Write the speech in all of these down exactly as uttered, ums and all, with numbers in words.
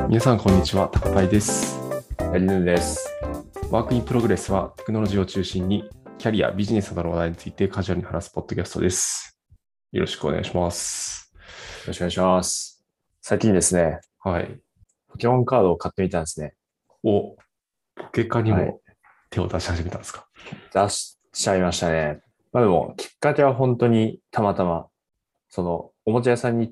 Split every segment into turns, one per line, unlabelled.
皆さん、こんにちは。タカパイです。
やりぬんです。
ワークインプログレスはテクノロジーを中心にキャリア、ビジネスなどの話題についてカジュアルに話すポッドキャストです。よろしくお願いします。
よろしくお願いします。最近ですね、
はい。
ポケモンカードを買ってみたんですね。
お、ポケカに
はい。
も手を出し始めたんですか？
出しちゃいましたね。まあでも、きっかけは本当にたまたま、その、おもちゃ屋さんに行って、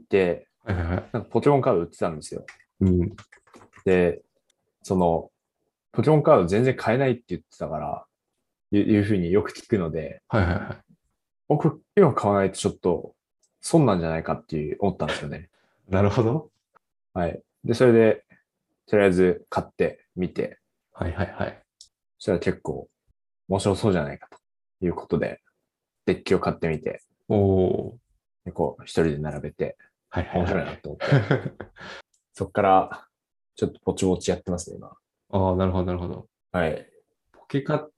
はいはいはい。
なんかポケモンカード売ってたんですよ。
うん。
で、その、ポケモンカード全然買えないって言ってたから、いういうふうによく聞くので、
はいはいは
僕、今買わないとちょっと、損なんじゃないかっていう思ったんですよね。
い。なるほど。
はい。で、それで、とりあえず買ってみて、
はいはいはい。
そしたら結構面白そうじゃないかということで、デッキを買ってみて、
おー。
でこう、一人で並べて、
はいはいはい。
面白いなと思って、そっから、ちょっとぼちぼちやってますね、今。
ああ、なるほどなるほど。
はい。
ポケカって、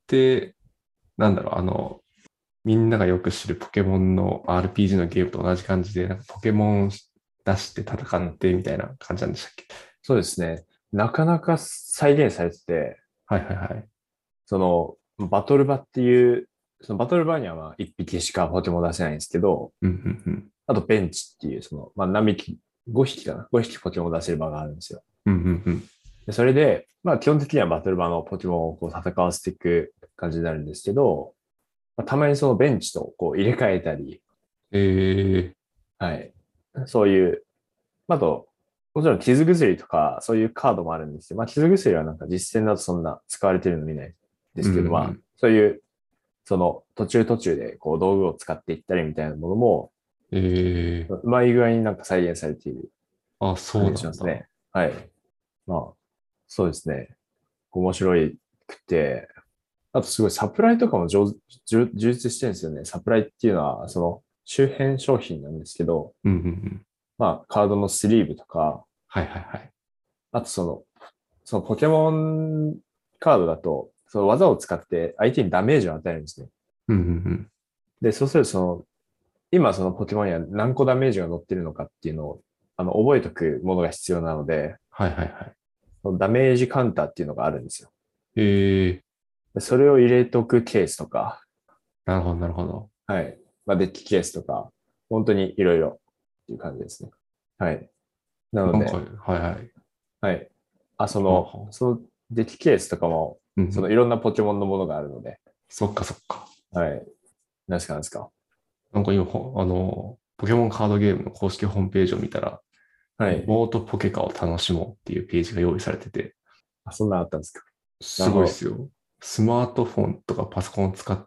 なんだろう、あの、みんながよく知るポケモンの アールピージー のゲームと同じ感じで、なんかポケモン出して戦
うん。
ってみたいな感じなんでしたっけ？
そうですね。なかなか再現されてて、
はいはいはい。
その、バトル場っていう、そのバトル場にはまあ一匹しかポケモン出せないんですけど、
うんうんうん。
あとベンチっていう、その、まあ何匹、ごひきかな？ ご 匹ポケモン出せる場があるんですよ。
うんうんうん。
で、それで、まあ基本的にはバトル場のポケモンをこう戦わせていく感じになるんですけど、まあ、たまにそのベンチとこう入れ替えたり、
えー、
はい。そういう、あと、もちろん傷薬とかそういうカードもあるんですよ。まあ傷薬はなんか実戦だとそんな使われてるの見ないで
うんう
すけど、まあ
ん
そういう、その途中途中でこう道具を使っていったりみたいなものも、
うん。え
うまい具合になんか再現されている
ー、あ、そ
感じが
うなんだ。
しますね。はい。まあ、そうですね。面白くて、あとすごいサプライとかも上手、充充実してるんですよね。サプライっていうのは、その周辺商品なんですけど、
うんうんうん。
まあ、カードのスリーブとか、
はいはいはい。
あとその、そのポケモンカードだと、その技を使って相手にダメージを与えるんですね。
うんうんうん。
で、そうするとその、今そのポケモンには何個ダメージが乗ってるのかっていうのを、あの、覚えておくものが必要なので、
はいはいはい。
そのダメージカウンターっていうのがあるんですよ。
えー、
でそれを入れておくケースとか、
なるほどなるほど。
はい。まあ、デッキケースとか、本当にいろいろっていう感じですね。はい。なの
なんか、
で、
はいはい。
はい。あ、その、
はは。
そのデッキケースとかも、
うんうん。
そのいろんなポケモンのものがあるので、
そっかそっか。
はい。何ですか、何ですか。
なんか今、ほあの、ポケモンカードゲームの公式ホームページを見たら、
はい。
リモートポケカを楽しもうっていうページが用意されてて、
あ、そんなのあったんですか。な
す
るほど。
ごいですよ。スマートフォンとかパソコンを使って、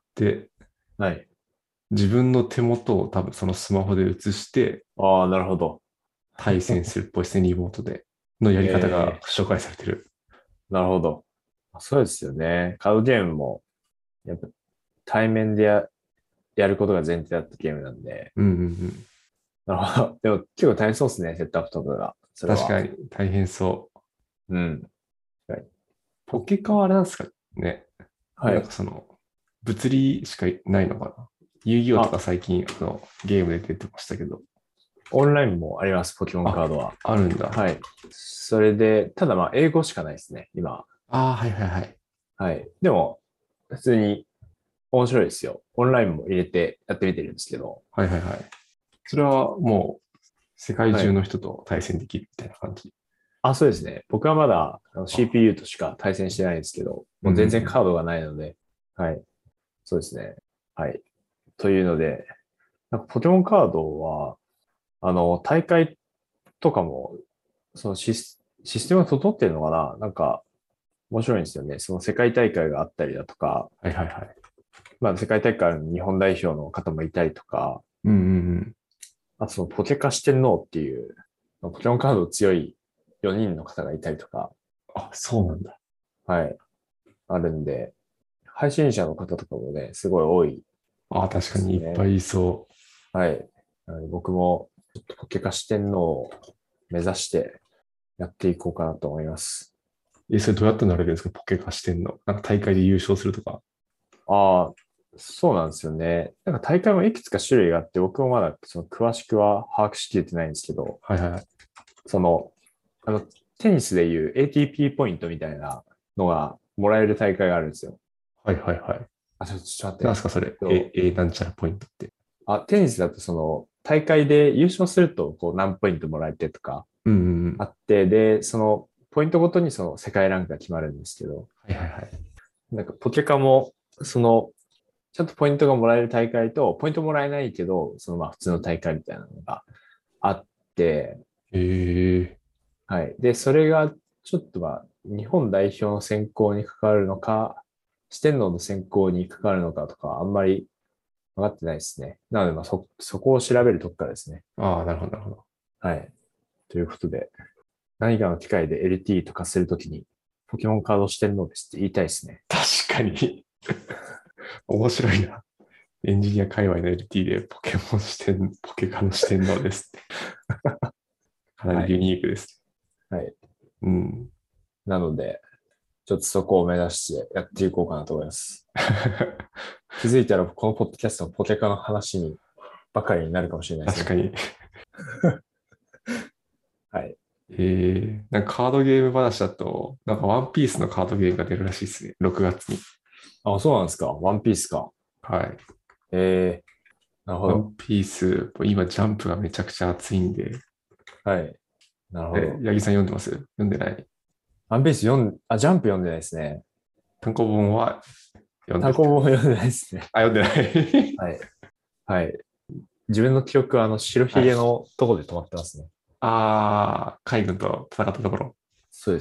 はい。
自分の手元を多分そのスマホで映して
ああ、なるほど。
対戦するっぽいですね、リモートで。のやり方が
ええ
紹介されてる。
なるほど。そうですよね。カードゲームも、やっぱ対面でや、やることが前提だったゲームなんで、
うんうんうん。
なるほど。でも結構大変そうですね、セットアップとかが。それは。
確かに大変そう。
うん。はい。
ポケカはあれなんですかね。なんか
はい。
その、物理しかないのかな。遊戯王とか
あ、
最近あのゲームで出てましたけど。
オンラインもあります、ポケモン
あ、
カードは。
あるんだ。
はい。それで、ただまあ、英語しかないですね、今。
ああ、はいはいはい。
はい。でも、普通に面白いですよ。オンラインも入れてやってみてるんですけど。
はいはいはい。それはもう世界
はい。
中の人と対戦できるみたいな感じ。
あ、そうですね。僕はまだあの
あ、
シーピーユー としか対戦してないんですけど、
うん
もう全然
うんうん。
カードがないので、はい。そうですね。はい。というので、なんかポケモンカードは、あの、大会とかも、そのシス、システムが整ってるのかななんか、面白いんですよね。その世界大会があったりだとか、
はいはいはい。
まあ世界大会の日本代表の方もいたりとか、
うんうんうん。
あとそのポケカ四天王っていう、ポケモンカード強いよにんの方がいたりとか、
あ、そうなんだ。
はい、あるんで、配信者の方とかもね、すごい多い
あ、確
で
かにいっぱ
すね。
いいそ
はい。なので僕もちょっとポケカ四天王を目指してやっていこうかなと思います。
う。え、それどうやってなれるんですか？ポケカしてんの。なんか大会で優勝するとか。
ああ、そうなんですよね。なんか大会もいくつか種類があって、僕もまだその詳しくは把握しきれてないんですけど、
はいはいはい。
その、あの、 テニスでいう エーティーピー ポイントみたいなのがもらえる大会があるんですよ。
はいはいはい。
あ、ちょっと、ちょっと
なん
待って。
すかそれ、
そう
A、A なんちゃらポイントって。
あ、テニスだとその大会で優勝するとこう何ポイントもらえてとか
うんうんうん。
あって、で、そのポイントごとにその世界ランクが決まるんですけど、
はいはいはい。
なんかポケカも、その、ちゃんとポイントがもらえる大会と、ポイントもらえないけど、そのまあ普通の大会みたいなのがあって、
へえ。
はい。で、それがちょっとまあ、日本代表の選考に関わるのか、四天王の選考に関わるのかとか、あんまり分かってないですね。なので、まあ、そ、そこを調べるとこからですね。
ああ、なるほどなるほど。
はい。ということで、何かの機会で エルティー とかするときに、ポケモンカード四天王ですって言いたいですね。
確かに面白いな。エンジニア界隈の エルティー でポケモン視点、ポケカの視点のですって。かな
はい。
りユニークです。
はい。
うん。
なので、ちょっとそこを目指してやっていこうかなと思います。気づいたらこのポッドキャストのポケカの話にばかりになるかもしれないですね。
確かに。
はい。
えー、なんかカードゲーム話だと、なんかワンピースのカードゲームが出るらしいですね。ろくがつに。
あ、そうなんですか。ワンピースか。
はい。
ええー、なるほど。
ワンピース、今ジャンプがめちゃくちゃ熱いんで、
はい。なるほ
え、
ど。
八木さん読んでます読んでない？
ワンピース読ん、あ、ジャンプ読んでないですね。
単行本は読んで
単
ると。
行本も読んでないですね。
あ、読んでない。
はい。はい。自分の記憶はあの白ひ
はい。
げのとこで止まってますね。
あー、海軍と戦ったところ。
そうです。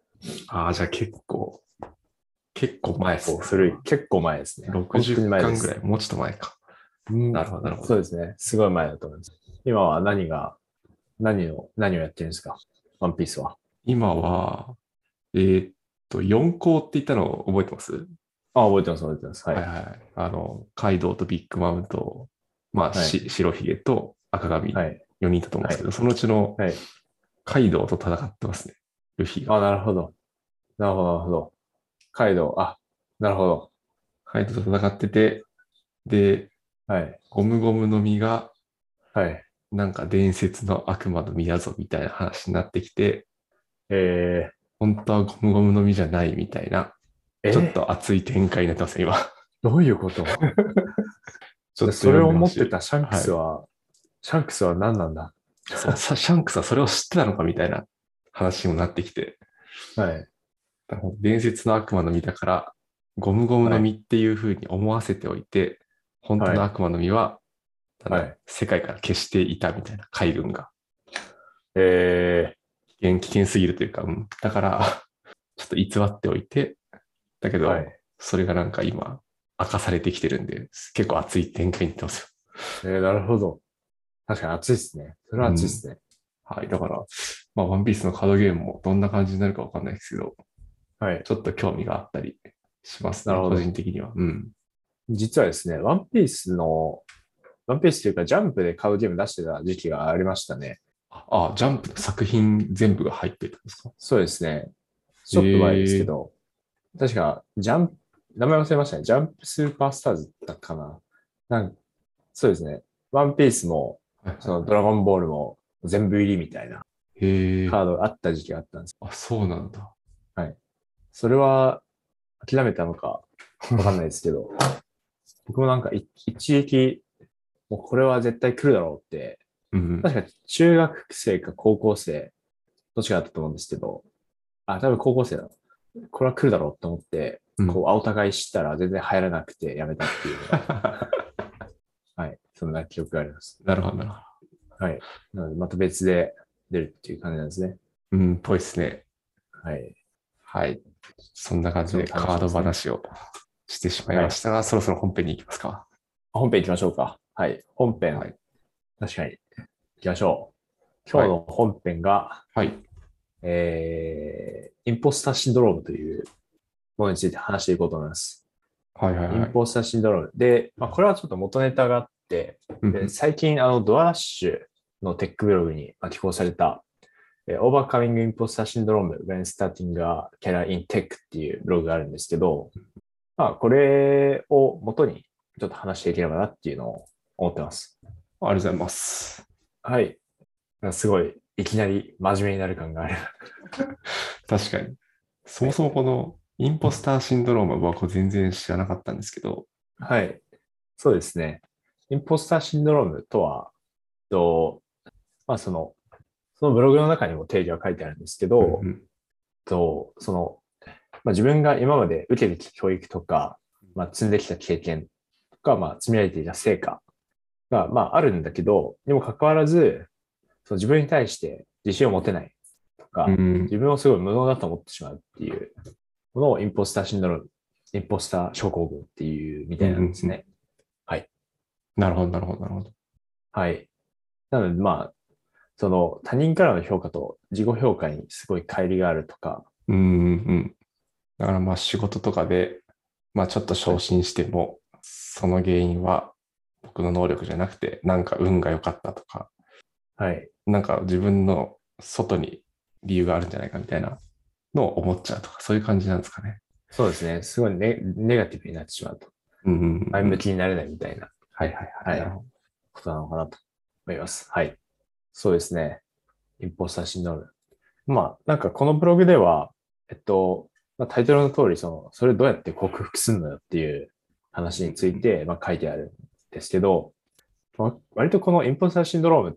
あー、じゃあ結構、結構前ですね、それ
こう古い。
は。
結構前ですね。本
60
当に前です。
巻ぐらい、もうちょっと前か。
うん、
なるほど、なるほど。
そうですね。すごい前だと思います。今は何が、何を、何をやってるんですか？ワンピースは。
今は、えーっと、よん校って言ったのを覚えてます？
あ、覚えてます、覚えてます。はい。
はいはいはい。あの、カイドウとビッグマムと、まあ、
はい。
し白ひげと赤髪
はい。
よにんいたと思うんで
はい。
すけど、そのうちの
はい。
カイドウと戦ってますね。ルフィ
あ、
が。
なるほど。なるほど、なるほど。カイドウ。あ、なるほど。
カイドウと戦ってて、で、
はい。
ゴムゴムの実が、
はい。
なんか伝説の悪魔の実だぞみたいな話になってきて、
え
本当はゴムゴムの実じゃないみたいな、
ー、
ちょっ
え
と熱い展開になってますね、今。
どういうこと？
ちょっと読
でそれを持っ
んでほしい。
てたシャンク
はい。
スは、シャンクスは何なんだ？
そう、さシャンクスはそれを知ってたのかみたいな話にもなってきて、
はい。
伝説の悪魔の実だから、ゴムゴムの
はい。
実っていう風に思わせておいて、本当
はい。
の悪魔の実は、なんだ、
はい。
世界から消していたみたいな海軍が。
え
危険、危険すぎるというか、うん、だから、ちょっと偽っておいて、だけ
ー、は
ど、
い。
それがなんか今、明かされてきてるんで、結構熱い展開になってます
えー、なるほど。確かに熱いですね。それ
よ。
は
うん。
熱いですね。
はい。だから、まあ、ワンピースのカードゲームもどんな感じになるかわかんないですけど、
はい。
ちょっと興味があったりしますね、個人
なるほど。
的には。うん。
実はですね、ワンピースの、ワンピースというかジャンプで買うゲーム出してた時期がありましたね。
あ、ジャンプの作品全部が入ってたんですか？
そうですね。ちょっと前です
ええ
けど、確か、ジャンプ、名前忘れましたね。ジャンプスーパースターズだったかな。なんそうですね。ワンピースも、
はいはいは
そのドラゴンボールも全部入りみたいな
い。へえ。
カードがあった時期があったんです。
あ、そうなんだ。
はい。それは諦めたのかわかんないですけど、僕もなんかい一時期、もうこれは絶対来るだろうって、
うん。
確か中学生か高校生、どっちかだったと思うんですけど、あ、多分高校生だ。これは来るだろうと思って、
うん。
こう、青互いしたら全然入らなくてやめたっていうのが、はい。そんな記憶があります。
なるほど、なるほど。
はい。なので、また別で出るっていう感じなんですね。
うん、ぽいですね。
はい。
はい。そんな感じ
それも
でカード
楽しみですね。
話をしてしまい
はい。
ましたが、そろそろ本編に行きますか。
本編行きましょうか。はい。本編、
はい。
確かに行きましょう。今
はい。
日の本編が、
はい。
えー、インポスターシンドロームというものについて話していこうと思います。
はいはいはい。
インポスターシンドローム。で、まあ、これはちょっと元ネタがあって、で
うん。
最近、あの、ドアラッシュのテックブログにまあ寄稿された、えー Overcoming Imposter Syndrome When Starting a Career in Tech っていうブログがあるんですけど、まあ、これを元にちょっと話していければなっていうのを思ってます。
ありがとうございます。
はい。すごいいきなり真面目になる感がある。
確かに。そ
はい。
もそもこのインポスターシンドロームは僕全然知らなかったんですけど。
はい。そうですね。インポスターシンドロームとは、と、まあその、そのブログの中にも定義は書いてあるんですけど、
うんうん
と、その、まあ、自分が今まで受けてきた教育とか、まあ、積んできた経験とか、まあ、積み上げていた成果が、まあ、あるんだけど、にもかかわらず、その自分に対して自信を持てないとか、
うん
自分をすごい無能だと思ってしまうっていうものをインポスターシンドローム、インポスター症候群っていうみ
うん
たい
うんうん。
なんですね。はい。
なるほど、なるほど、なるほど。
はい。なので、まあ、その他人からの評価と自己評価にすごい乖離があるとか、
うんうんうん。だからまあ仕事とかで、まあちょっと昇進しても、その原因は僕の能力じゃなくて、なんか運が良かったとか、
はい。
なんか自分の外に理由があるんじゃないかみたいなのを思っちゃうとか、そういう感じなんですかね。
そうですね。すごいネ、ネガティブになってしまうと。
うんうん
前
うんうん。
向きになれないみたいな、
はいはいはい。
はい、
なるほど。
ことなのかなと思います。はい。そうですね。インポスターシンドローム。まあ、なんかこのブログでは、えっと、まあ、タイトルの通り、その、それどうやって克服するのよっていう話について、まあ、書いてあるんですけど、まあ、割とこのインポスターシンドロームって、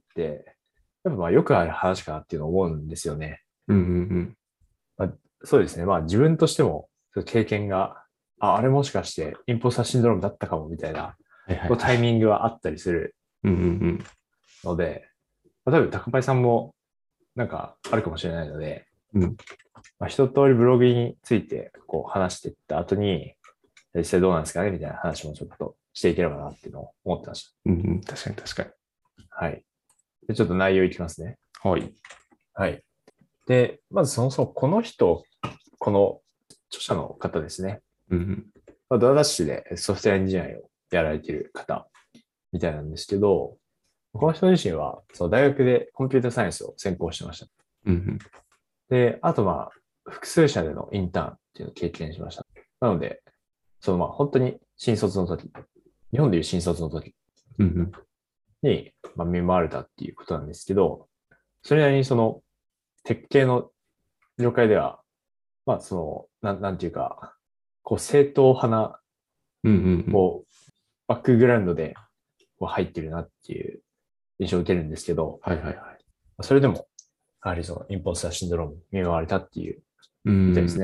やっぱまあよくある話かなっていうのを思うんですよね。
うんうんうん。
まあ、そうですね。まあ自分としても、経験が、あ、あれもしかしてインポスターシンドロームだったかもみたいな、
はいはい
こうタイ
はい。
ミングはあったりする
うんうんうん。
ので、まあ、多分高林さんもなんかあるかもしれないので、
うん。
まあ、一通りブログについてこう話していった後に、実際どうなんですかねみたいな話もちょっとしていければなっていうのを思ってまし
うんうん。確かに確かに。
た。はい。で、ちょっと内容いきますね。
はい。
はい。で、まずそもそもこの人、この著者の方ですね。
うんうん。
まあ、ドアダッシュでソフトウェアエンジニアをやられている方みたいなんですけど、この人自身はその大学でコンピューターサイエンスを専攻してました。
うんうん。
で、あとまあ、複数社でのインターンっていうのを経験しました。なので、そのまあ本当に新卒の時、日本でいう新卒の時
うんうん。
に、まあ、見舞われたっていうことなんですけど、それなりにその、鉄系の業界では、まあその、なん、なんていうか、こう正統派な、
うんうんうん。
こう、バックグラウンドでこう入ってるなっていう印象を受けるんですけど、
はいはいはい。
それでも、やはりそのインポスターシンドロームに見舞われたっていう
うん。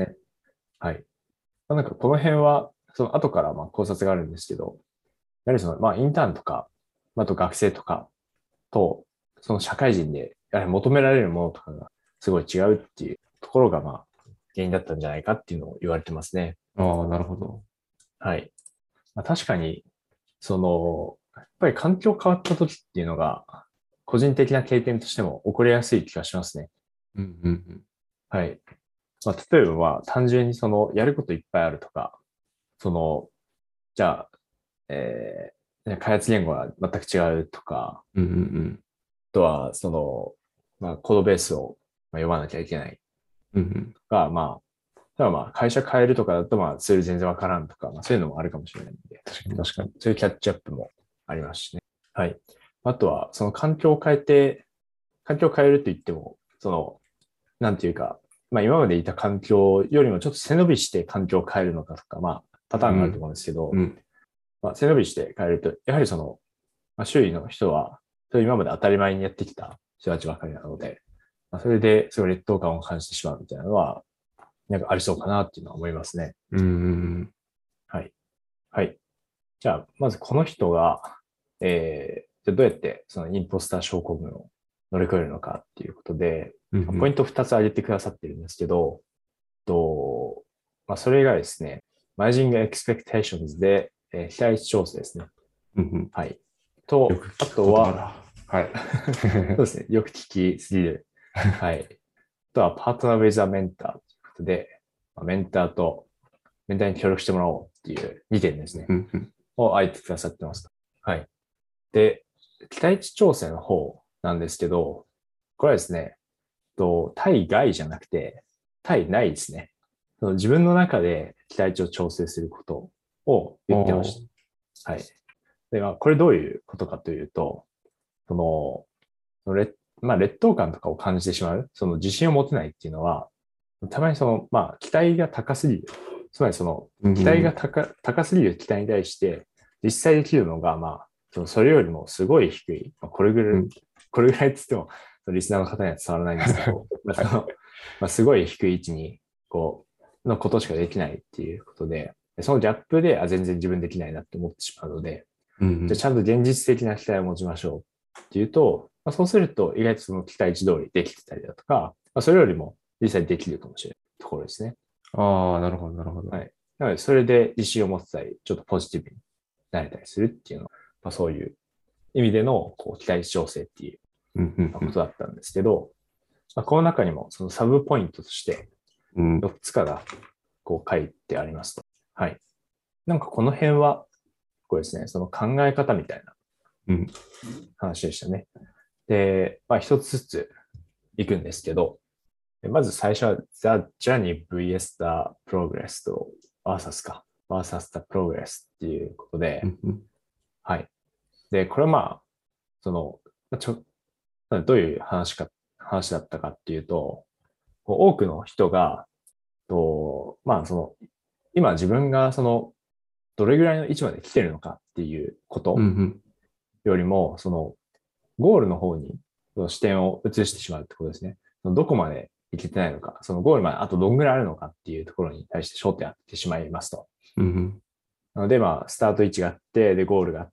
みたいですね。はい。まあなんかこの辺は、その後からまあ考察があるんですけど、やはりその、まあインターンとか、あと学生とかと、その社会人でやはり求められるものとかがすごい違うっていうところがまあ原因だったんじゃないかっていうのを言われてますね。
ああ、なるほど。
はい。まあ、確かに、その、やっぱり環境変わった時っていうのが、個人的な経験としても起こりやすい気がしますね。
うんうんうん。
はい。まあ、例えば、まあ、単純にその、やることいっぱいあるとか、その、じゃあ、えー、開発言語が全く違うとか、
うんうん
あとは、その、まあ、コードベースをまあ読まなきゃいけない
うん。うんうん。
とか、まあ、ただまあ、会社変えるとかだと、まあ、ツール全然わからんとか、まあ、そういうのもあるかもしれないんで、
確かに確かに。
そういうキャッチアップもありますしね。はい。あとは、その環境を変えて、環境を変えると言っても、その、なんていうか、まあ今までいた環境よりもちょっと背伸びして環境を変えるのかとか、まあパターンがあると
うん
思うんですけど、
うん。
まあ背伸びして変えると、やはりその、まあ、周囲の人は、それ今まで当たり前にやってきた人たちばかりなので、まあ、それですごい劣等感を感じてしまうみたいなのは、なんかありそうかなっていうのは思いますね。
うんうん
はい。はい。じゃあ、まずこの人が、えー、じゃあどうやってそのインポスター症候群を乗り越えるのかっていうことで、
うん。うんうん。
ポイントふたつ挙げてくださってるんですけど、と、まあ、それがですね、Managing Expectations で、えー期待値調整ですね。
うんうん。
はい。と、あ
よく聞く
とは、
言葉だ。はい。
そうですね、よく聞きすぎる。はい。あとは、パートナー with a mentor ということで、まあメンターと、メンターに協力してもらおうっていうにてんですね。
うんうん。
を挙げてくださってます。はい。で、期待値調整の方なんですけど、これはですね、と対外じゃなくて、対内ですね。その自分の中で期待値を調整することを言ってま
おー。
した。はい。で、まあ、これどういうことかというと、その、その劣まあ、劣等感とかを感じてしまう、その自信を持てないっていうのは、たまにその、まあ、期待が高すぎる。つまりその、期待が
うん。
高高すぎる期待に対して、実際できるのが、まあ、そのそれよりもすごい低い。まあ、これぐらい、
うん。
これぐらいって言っても、リスナーの方には伝わらないんですけど、まあ、
はい。
その、まあ、すごい低い位置に、こう、のことしかできないっていうことで、そのギャップで、あ、全然自分できないなって思ってしまうので、
うん。
じゃあちゃんと現実的な期待を持ちましょうっていうと、まあ、そうすると意外とその期待値通りできてたりだとか、まあ、それよりも実際できるかもしれないところですね。
ああ、なるほど、なるほど。
はい。なので、それで自信を持ってたり、ちょっとポジティブになれたりするっていうのは、まあ、そういう意味でのこう期待値調整っていう
うん。うん。
ことだったんですけど、まあ、この中にもそのサブポイントとして
うん。
よっつかがこう書いてありますと。はい。なんかこの辺は、こうですね、その考え方みたいな
うん。
話でしたね。で、まあ一つずついくんですけど、まず最初は The Journey ブイエス The Progress と Versus か。Versus The Progress っていうことで、
うん。うん。
はい。で、これはまあ、その、ちょ、どういう話か、話だったかっていうと、多くの人が、と、まあその、今自分がその、どれぐらいの位置まで来てるのかっていうこと
うん。
よりも、その、ゴールの方にその視点を移してしまうってことですね。どこまで行けてないのか、そのゴールまであとどんぐらいあるのかっていうところに対して焦点を当ててしまいますと。
うん。
なので、まあ、スタート位置があって、で、ゴールがあって、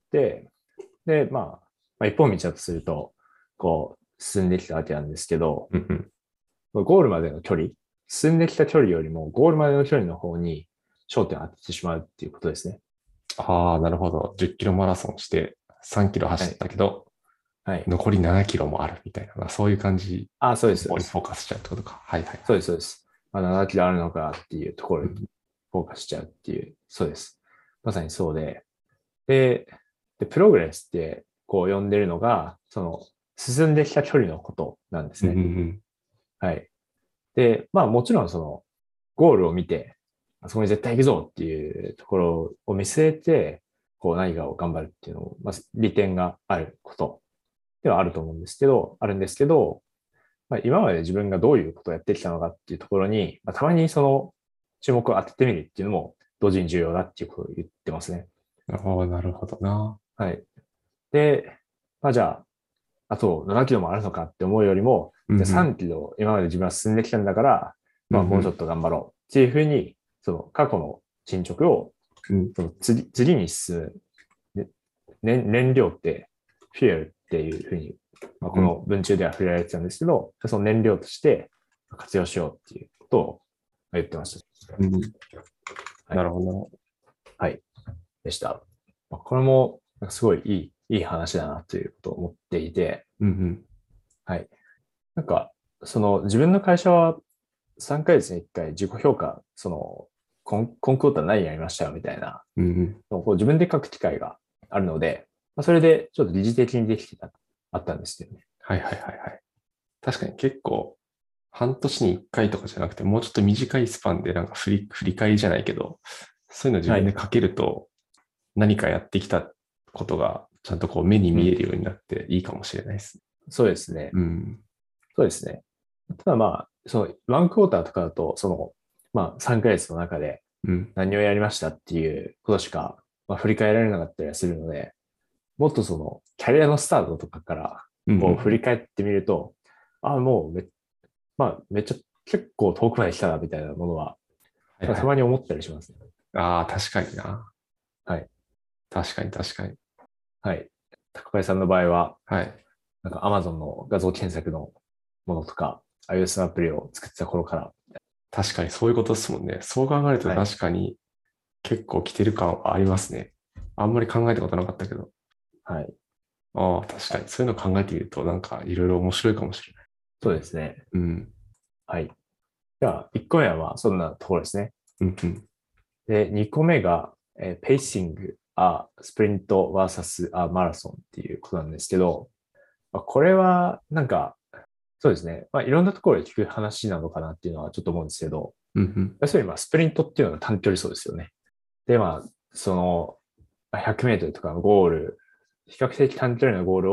で、まあ、まあ、一本道だとすると、こう、進んできたわけなんですけど、
うん。
ゴールまでの距離、進んできた距離よりも、ゴールまでの距離の方に焦点を当ててしまうっていうことですね。
ああ、なるほど。じゅっキロマラソンしてさんキロ走っ
はい。
たけど、
はい。
残りななキロもあるみたいな、まあ、そういう感じ
あ、そうです、そう
の方にフォ
です。
ーカスしちゃうってことか。はいはいはい。
そうです、そうです。まあ、ななキロあるのかっていうところに
うん。
フォーカスしちゃうっていう、そうです。まさにそうで、で、で、プログレスってこう呼んでるのが、その進んできた距離のことなんです
うん。う
ね。
ん。
はい。で、まあもちろんそのゴールを見て、そこに絶対行くぞっていうところを見据えて、こう何かを頑張るっていうのも、まあ利点があることではあると思うんですけど、あるんですけど、まあ、今まで自分がどういうことをやってきたのかっていうところに、まあ、たまにその注目を当ててみるっていうのも同時に重要だっていうことを言ってますね。
ああ、なるほどな。
はい。で、まあじゃあ、あとななキロもあるのかって思うよりも、じゃあ
うん。うん。
さんキロ今まで自分は進んできたんだから、
うん。
まあ
うん。
もうちょっと頑張ろうっていうふうに、その過去の進捗を、
うん。
その次、次に進む、ね燃燃料って、フュエルっていうふうに、まあ、こ
うん。
の文中では触れられてたんですけど、その燃料として活用しようっていうことを言ってました。
うん。
はい。
なるほど。
はい。でした。まあ、これも、すごいいい、いい話だなということを思っていて、
うん。
はい。なんか、その自分の会社はさんかげつにいっかい自己評価、その、コンコンクールは何やりましたよみたいな、
うん。うん。
こう自分で書く機会があるので、まあ、それでちょっと疑似的にできてた、あったんですけどね。
はいはいはいはい。確かに結構、半年にいっかいとかじゃなくて、もうちょっと短いスパンでなんか振り、振り返りじゃないけど、そういうの自
はい。
分で書けると、何かやってきたことが、ちゃんとこう目に
うん。
見えるようになっていいかもしれないですね。
そうですね。
うん。
そうですね。ただまあ、その、ワンクォーターとかだと、その、まあ、さんかげつの中で
うん。
何をやりましたっていうことしか、まあ、振り返られなかったりはするので、もっとその、キャリアのスタートとかから、
うん。う
こう、振り
ん。
返ってみると、ああ、もうめ、まあ、めっちゃ、結構遠くまで来たな、みたいなものは、
はいはい。
たまに思ったりしますね。
ああ、確かにな。
はい。
確かに確かに。
はい。高林さんの場合は、
はい。
なんか Amazon の画像検索のものとか、iOS アプリを作ってた頃から、
確かにそういうことですもんね。そう考えると
はい。
確かに結構来てる感はありますね。あんまり考えたことなかったけど。
はい。
ああ、確かに。そういうの考えてみると、なんかいろいろ面白いかもしれない。
そうですね。
うん。
はい。じゃあ、いっこめはまあ、そんなところですね。
うん。うん。
で、にこめが、えー、ペーシング、あ、スプリント ブイエス あ、マラソンっていうことなんですけど、まあ、これは、なんか、そうですね。まあ、いろんなところで聞く話なのかなっていうのはちょっと思うんですけど、
うん。
要するに、まあ、スプリントっていうのは短距離走ですよね。で、まあ、その、ひゃくメートルとかのゴール、比較的短距離のゴールを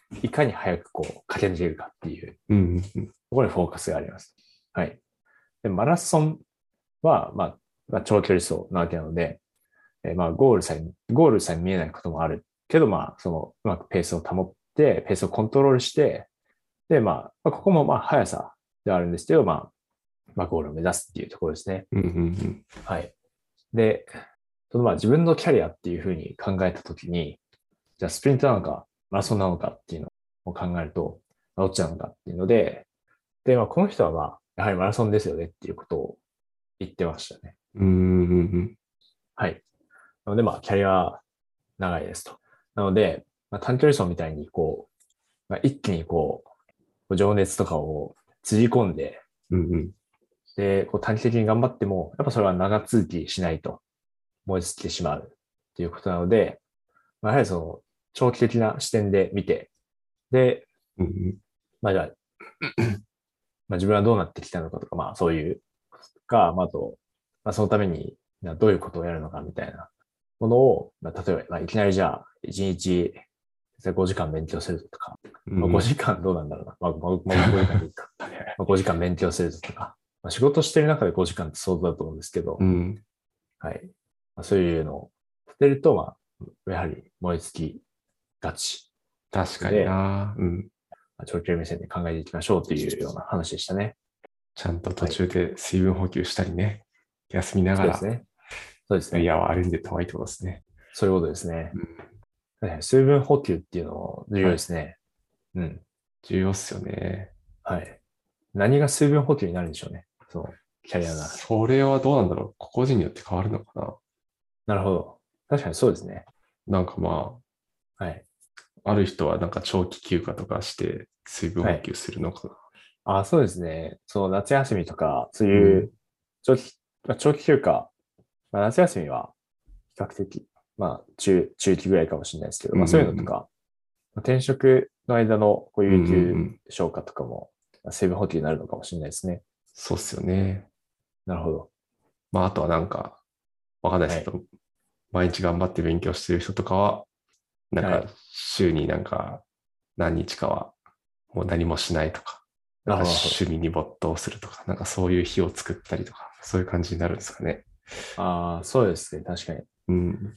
いかに早くこう駆け抜けるかっていう
うんうんうん。
ところにフォーカスがあります。はい。で、マラソンは、まあ、まあ、長距離走なわけなので、えーまあ、ゴールさえ、ゴールさえ見えないこともあるけど、まあ、その、うまくペースを保って、ペースをコントロールして、で、まあ、まあ、ここもまあ、速さではあるんですけど、まあ、まあ、ゴールを目指すっていうところですね。
うんうんうん。
はい。で、そのまあ、自分のキャリアっていうふうに考えたときに、じゃあスプリントなのか、マラソンなのかっていうのを考えると、まあどっちなのかっていうので、で、まあ、この人はまあ、やはりマラソンですよねっていうことを言ってましたね。
うんうんうん。
はい。なので、まあ、キャリア長いですと。なので、まあ、短距離走みたいに、こう、まあ、一気にこう、情熱とかをつぎ込んで、
うんうん。
で、こう短期的に頑張っても、やっぱそれは長続きしないと燃え尽きてしまうっていうことなので、まあ、やはりその、長期的な視点で見て、で、
うんうん。
まあじゃあ、まあ自分はどうなってきたのかとか、まあそういうこととか、まああと、まあそのためにどういうことをやるのかみたいなものを、まあ例えば、まあいきなりじゃあ、いちにちごじかん勉強するとか、まあ5
うんうん。
時間どうなんだろうな。まあ、まあ、まあごじかんでいいか。まあ、ごじかん勉強するとか、まあ、仕事してる中でごじかんって相当だと思うんですけど、
うん。
はい。まあ、そういうのを立てると、まあ、やはり燃え尽きがち
確かに
で、
な。うん。
まあ長距離目線で考えていきましょうというような話でしたね。
ちゃんと途
はい。
中で水分補給したりね。休みながら、
そうですね。そうです
キャリ
ね。
アを歩んでった方がいいってことですね。
そういうことですね。
うん。
はいはい、水分補給っていうのも重要
はい。
ですね。うん。
重要っすよね。
はい。何が水分補給になるんでしょうね。その、キャリアなら。
それはどうなんだろう。個々人によって変わるのかな。
なるほど。確かにそうですね。
なんかま
はい。
あ、ある人はなんか長期休暇とかして水分
はい。
補給するのかな。
あ、そうですね。その夏休みとか、そう
うん。
いう長期、まあ、長期休暇、まあ、夏休みは比較的、まあ、中、中期ぐらいかもしれないですけど、
うん
まあそういうの
うん
とか、まあ転職の間のこう
うん。うん
有給
うんうん。
消化とかも、まあ水分補給になるのかもしれないですね。
そうっすよね。
なるほど。
まああとはなんか、わかんないで
はい。
すけど、毎日頑張って勉強してる人とかは、なんか
はい。
週になんか何日かはもう何もしないとか、なんか
なるほど、なるほど。
趣味に没頭するとか、なんかそういう日を作ったりとか、そういう感じになるんですかね。
ああ、そうですね。確かに。
うん。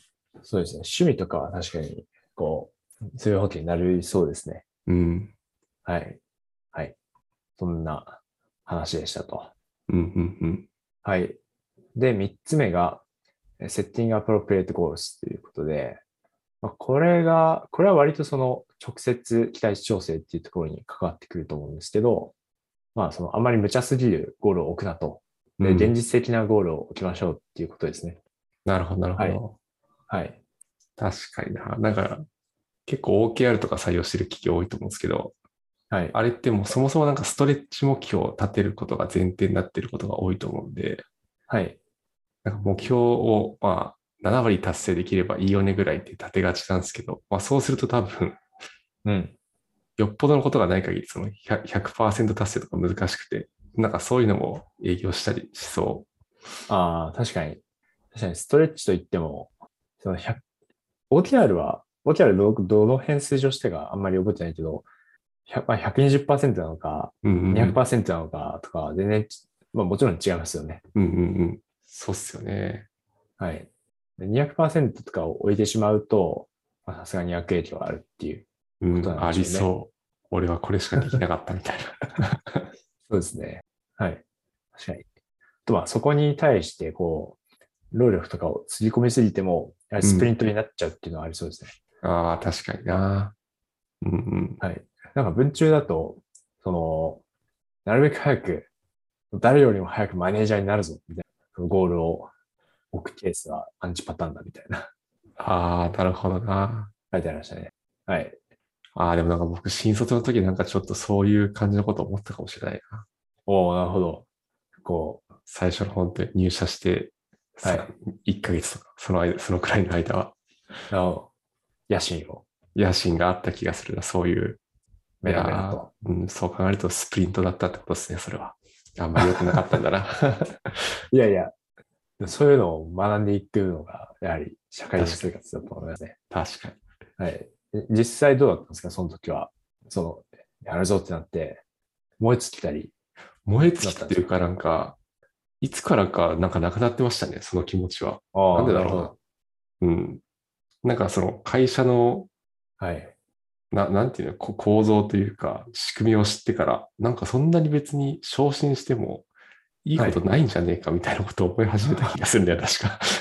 そうですね。趣味とかは確かに、こう、水分補給になりそうですね。
うん。
はい。はい。そんな話でしたと。
うん。うん。うん。
はい。で、三つ目が、Setting Appropriate Goals ということで、まあ、これが、これは割とその直接期待値調整っていうところに関わってくると思うんですけど、まあそのあまり無茶すぎるゴールを置くなと。で、現
うん。
実的なゴールを置きましょうっていうことですね。
なるほど、なるほ
はい。
ど。
はい。
確かにな。なんか結構 オーケーアール とか採用してる企業多いと思うんですけど、
はい。
あれってもうそもそもなんかストレッチ目標を立てることが前提になっていることが多いと思うんで、
はい。
なんか目標をまあなな割達成できればいいよねぐらいって立てがちなんですけど、まあそうすると多分
うん。
よっぽどのことがない限りそのひゃく ひゃくパーセント達成とか難しくて、なんかそういうのも営業したりしそ
ああ、確かに。確かにストレッチといっても、そのひゃく、オーケーアール は、オーケーアール ど、どの変数上してかあんまり覚えてないけど、ひゃくまあ、ひゃくにじゅっパーセントなのか、
う。うんうん
にひゃくパーセントなのかとか、全然ち、まあもちろん違いますよね。
うん。うんうんうん。そうっすよね。
はい。でにひゃくパーセントとかを置いてしまうと、まあさすがに悪影響があるっていう
うん、
ことなん
あり
でしょうね。
そう。俺はこれしかできなかったみたいな。
そうですね。はい。確かに。とは、そこに対して、こう、労力とかをつぎ込みすぎても、やはり
うん。
スプリントになっちゃうっていうのはありそうですね。
ああ、確かにな。うんうん。
はい。なんか文中だと、その、なるべく早く、誰よりも早くマネージャーになるぞ、みたいな、そのゴールを置くケースはアンチパターンだ、みたいな、
ああ、なるほどな。
書いてありましたね。はい。
ああ、でもなんか僕、新卒の時なんかちょっとそういう感じのこと思ったかもしれないな。
おー、なるほど。こう、
最初の本当に入社してさ、
はい。
いっかげつとか、その間、そのくらいの間は、
あの、野心を
野心があった気がするな、そういう。い
メラメラ
や
と。
ー、うん、そう考えるとスプリントだったってことですね、それは。あんまり良くなかったんだな。
いやいや、そういうのを学んでいくのが、やはり社会人
確かに。
生活だと思いますね。
確かに。
はい。実際どうだったんですか、その時は。 その、やるぞってなって、燃え尽きたり。
燃え尽きっていうかなんか、いつからかなんかなくなってましたね、その気持ちは。なん
ああ、
でだろ
なるほど。
うな。うん。なんかその会社の、
はい。
な、なんていうの、こ構造というか、仕組みを知ってから、なんかそんなに別に昇進してもいいこと
はい。
ないんじゃねえかみたいなことを思い始めた気がするんだよ、確か。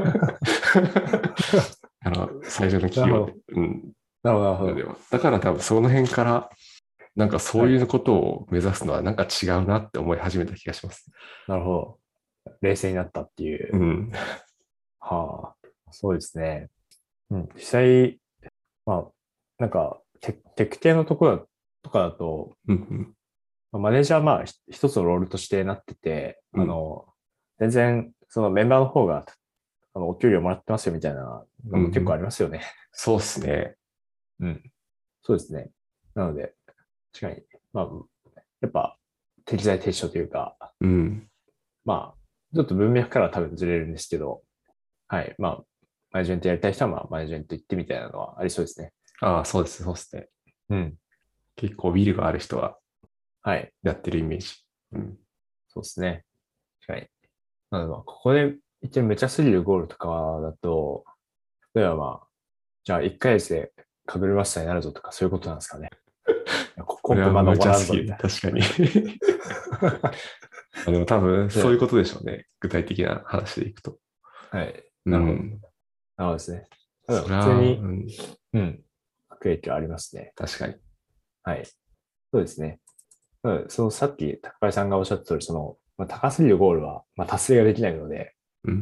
あの、最初の企業で。
なるほど。
うん。
なるほど、なるほど。
でもだから多分その辺から、なんかそうい
はい。
うことを目指すのはなんか違うなって思い始めた気がします。
なるほど。冷静になったっていう。
うん。
はあ。そうですね。うん。実際、まあ、なんか、テテック系のところとかだと、
うん。
まあマネージャーはまあ、ひ一つのロールとしてなってて、
うん。
あの、全然、そのメンバーの方が、あの、お給料もらってますよみたいな
うん。
のも結構あ
うん。
りますよね。
そうっすね。
うん。そうですね。なので、確かに、まあ、やっぱ、適材適所というか、
うん。
まあ、ちょっと文脈からは多分ずれるんですけど、はい。まあ、マネジメントやりたい人は、まあ、マネジメント行ってみたいなのはありそうですね。
ああ、そうです、そうですね。
うん。
結構ビルがある人は
はい。
やってるイメージ。うん。
そうですね。確かに。なので、まあ、ここで言ってるめちゃすぎるゴールとかだと、例えばまあ、じゃあいっかげつでかぶるマスターになるぞとかそういうことなんですかね。コ
これは
コンプまだ
無茶す
終わらんぞ、みたい
ぎる。確かに。あでも多分
な。で、
そういうことでしょうね。具体的な話でいくと。
はい。
う
なるほど。
ん。
なるほどですね。ただ、
そりゃ、う
普通に、
ん、
うん、悪影響ありますね。
確かに。
はい。そうですね。うん、そのさっき高林さんがおっしゃった通り、その、まあ、高すぎるゴールは、まあ、達成ができないので、
うん、うん、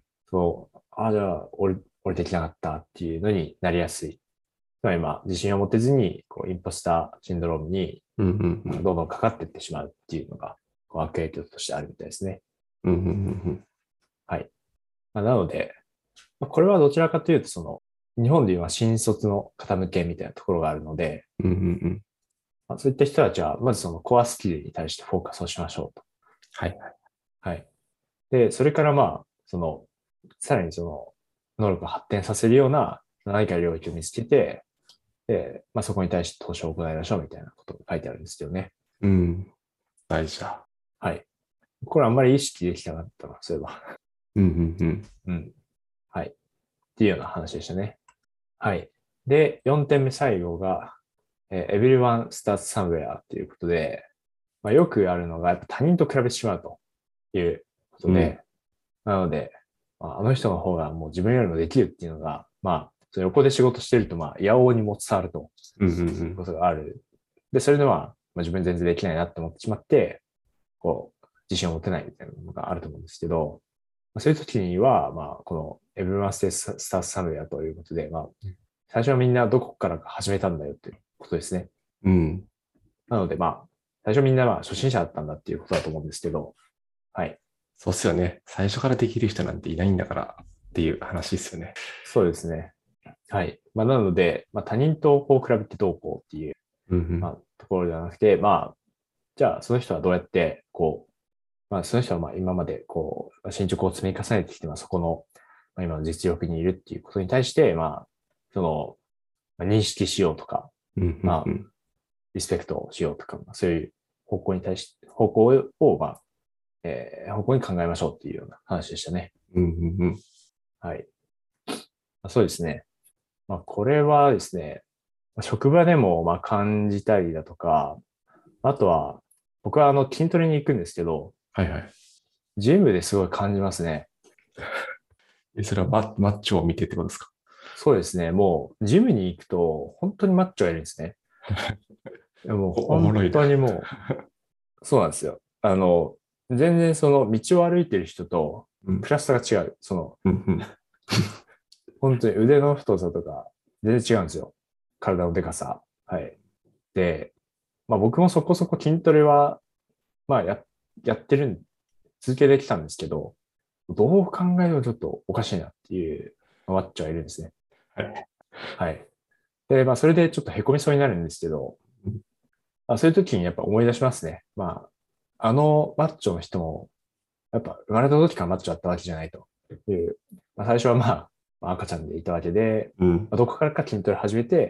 そう、ああ、じゃあ、俺、俺できなかったっていうのになりやすい。つまり、まあ、自信を持てずに、こう、インポスターシンドロームに、
うん、うん、うん、
まあどんどんかかっていってしまうっていうのが、こう悪影響としてあるみたいですね。
うん、うん、うん、
はい。まあ、なので、まあ、これはどちらかというと、その、日本でいう新卒の方向けみたいなところがあるので、
うん、うん、うん。
まあ、そういった人たちは、まずそのコアスキルに対してフォーカスをしましょうと。
はい、はい。
はい。で、それからまあ、その、さらにその、能力を発展させるような何か領域を見つけて、で、まあそこに対して投資を行いましょうみたいなことが書いてあるんですけどね。
うん、大事だ。
はい。これあんまり意識できなかったな、そういえば。
うん、うん、うん。
うん。はい。っていうような話でしたね。はい。で、よんてんめ最後が、えー everyone starts somewhere っていうことで、まあ、よくあるのが、やっぱ他人と比べてしまうということ
うん、
で、なので、まあ、あの人の方がもう自分よりもできるっていうのが、まあ、その横で仕事してると、まあ、いやおうにも伝わると
うん、うん、う
いうこ
ん。
とがある。で、それでは、まあ、自分全然できないなって思ってしまって、こう、自信を持てないみたいなのがあると思うんですけど、まあ、そういう時には、まあ、この Everyone Starts Somewhere ということで、まあ、最初はみんなどこから始めたんだよっていうことですね。
うん。
なので、まあ、最初みんなは初心者だったんだっていうことだと思うんですけど、はい。
そうっすよね。最初からできる人なんていないんだからっていう話ですよね。
そうですね。はい。まあ、なので、まあ、他人とこう比べてどうこうっていう、
うん、
まあ、ところではなくて、まあ、じゃあ、その人はどうやって、こう、まあ、その人はまあ今までこう、進捗を積み重ねてきて、まあ、そこの、まあ、今の実力にいるっていうことに対して、まあ、その、まあ、認識しようとか、
うん、うん、
まあ、
うん。
リスペクトをしようとか、まあ、そういう方向に対し、方向を、まあ、えー、方向に考えましょうっていうような話でしたね。
うん、うん、うん。
はい。まあ、そうですね。まあ、これはですね、職場でもまあ感じたりだとか、あとは、僕はあの筋トレに行くんですけど、
はいはい。
ジムですごい感じますね。
えそれはマ、マッチョを見てってことですか？
そうですね。もう、ジムに行くと、本当にマッチョがいるんですね。でもう
お、おも
本
ろいな。
当にもう、そうなんですよ。あの、全然その道を歩いてる人と、
うん、
クラスターが違う。その、
うん、うん。
本当に腕の太さとか、全然違うんですよ。体のでかさ。はい。で、まあ僕もそこそこ筋トレは、まあや、やってるん、続けてきたんですけど、どう考えてもちょっとおかしいなっていうマッチョがいるんですね。
はい。
はい。で、まあそれでちょっと凹みそうになるんですけど、まあ、そういう時にやっぱ思い出しますね。まあ、あのマッチョの人も、やっぱ生まれた時からマッチョだったわけじゃないという、まあ、最初はまあ、まあ赤ちゃんでいたわけで、
うん、
まあ、どこからか筋トレ始めて、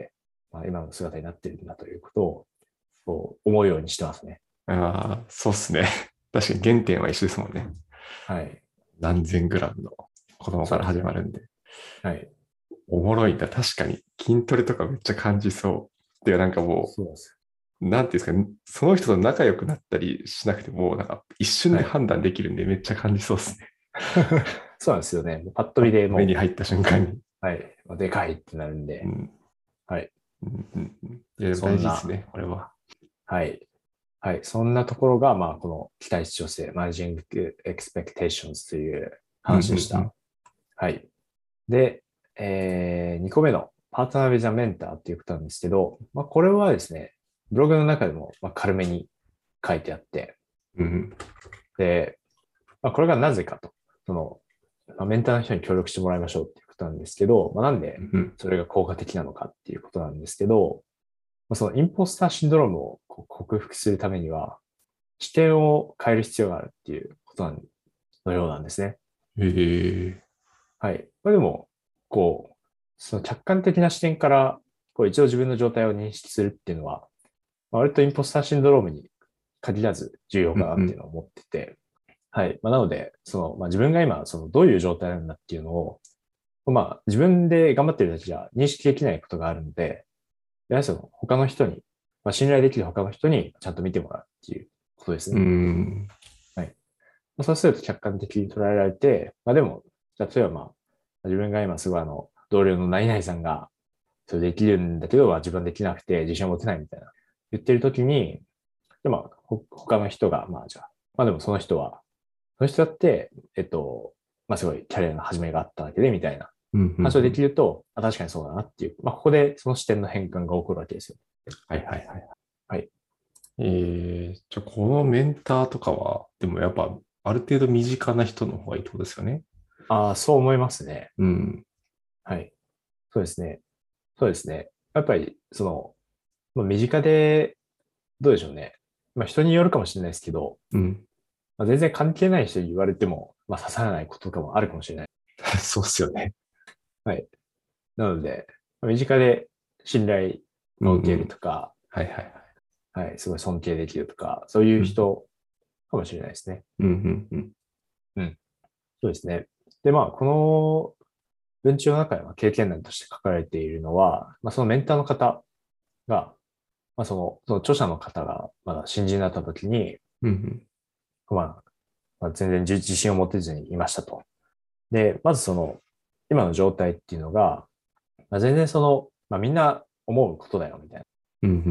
まあ、今の姿になっているんだということをこう思うようにしてますね。
ああ、そうっすね。確かに原点は一緒ですもんね。
はい。
何千グラムの子供から
そうですね。
始まるんで。
はい。
おもろいんだ。確かに筋トレとかめっちゃ感じそう。で、なんかも
そうです。
う、なんていうんですかね、その人と仲良くなったりしなくても、なんか一瞬で
はい。
判断できるんでめっちゃ感じそうですね。
そうなんですよね。もうパッと
パッ
見でも
と目に入った瞬間に。
う、はい。でかいってなるんで、
うん、
はい。
うん、うん。うん、いや、でも大
そんな、
事ですね、これは。
はい。はい。そんなところが、まあ、この期待値調整、マネジング expectations という
うん、うん、
話でした。
うん。
はい。で、えー、にこめのパートナーウィザメンターっていうことなんですけど、まあ、これはですね、ブログの中でも、まあ、軽めに書いてあって、
うん、
で、まあ、これがなぜかと、その、まあ、メンターの人に協力してもらいましょうっていうことなんですけど、まあ、なんで
うん、
それが効果的なのかっていうことなんですけど、まあ、そのインポスターシンドロームをこう克服するためには、視点を変える必要があるっていうことなんのようなんですね。
うん。へえ。
はい。まあ、でも、こう、その客観的な視点から、こう一応自分の状態を認識するっていうのは、まあ割とインポスターシンドロームに限らず重要かな
うん、うん。
っていうのを思ってて、はい。まあ、なので、その、まあ、自分が今、その、どういう状態なんだっていうのを、まあ、自分で頑張ってるだけじゃ認識できないことがあるので、やはりその、他の人に、まあ、信頼できる他の人にちゃんと見てもらうっていうことです
う
ね。
ん。
はい。まあ、そうすると客観的に捉えられて、まあ、でも、例えばまあ、自分が今すごいあの、同僚の何々さんが、それできるんだけど、まあ、自分できなくて自信を持てないみたいな、言ってるときに、で、まあ、ほ他の人が、まあ、じゃあ、まあでもその人は、その人だって、えっと、まあすごいキャリアの始めがあったわけで、みたいな
うん、うん、
話をで
うん。
きると、あ、確かにそうだなっていう、まあここでその視点の変換が起こるわけですよ。
はい、はい、はい。
はい。
えー、じゃあ、このメンターとかは、でもやっぱ、ある程度身近な人の方がいいってことですよね。
ああ、そう思いますね。
うん。
はい。そうですね。そうですね。やっぱり、その、まあ、身近で、どうでしょうね。まあ人によるかもしれないですけど、
うん。
まあ、全然関係ない人に言われても、まあ刺さらないこととかもあるかもしれない。
そうっすよね。
はい。なので、まあ身近で信頼
うん、
を受ける
うん。
とか、
はい、はい、はい。
はい、すごい尊敬できるとか、そういう
うん、
人かもしれないですね。
うん、うん、うん。
うん。そうですね。で、まあ、この文中の中では経験談として書かれているのは、まあ、そのメンターの方が、まあ、その、その著者の方がまだ新人だった時に、
うん、
まあ、まあ、全然自自信を持てずにいましたと。で、まずその、今の状態っていうのが、まあ、全然その、まあ、みんな思うことだよ、みたいな。
うん、うん、うん。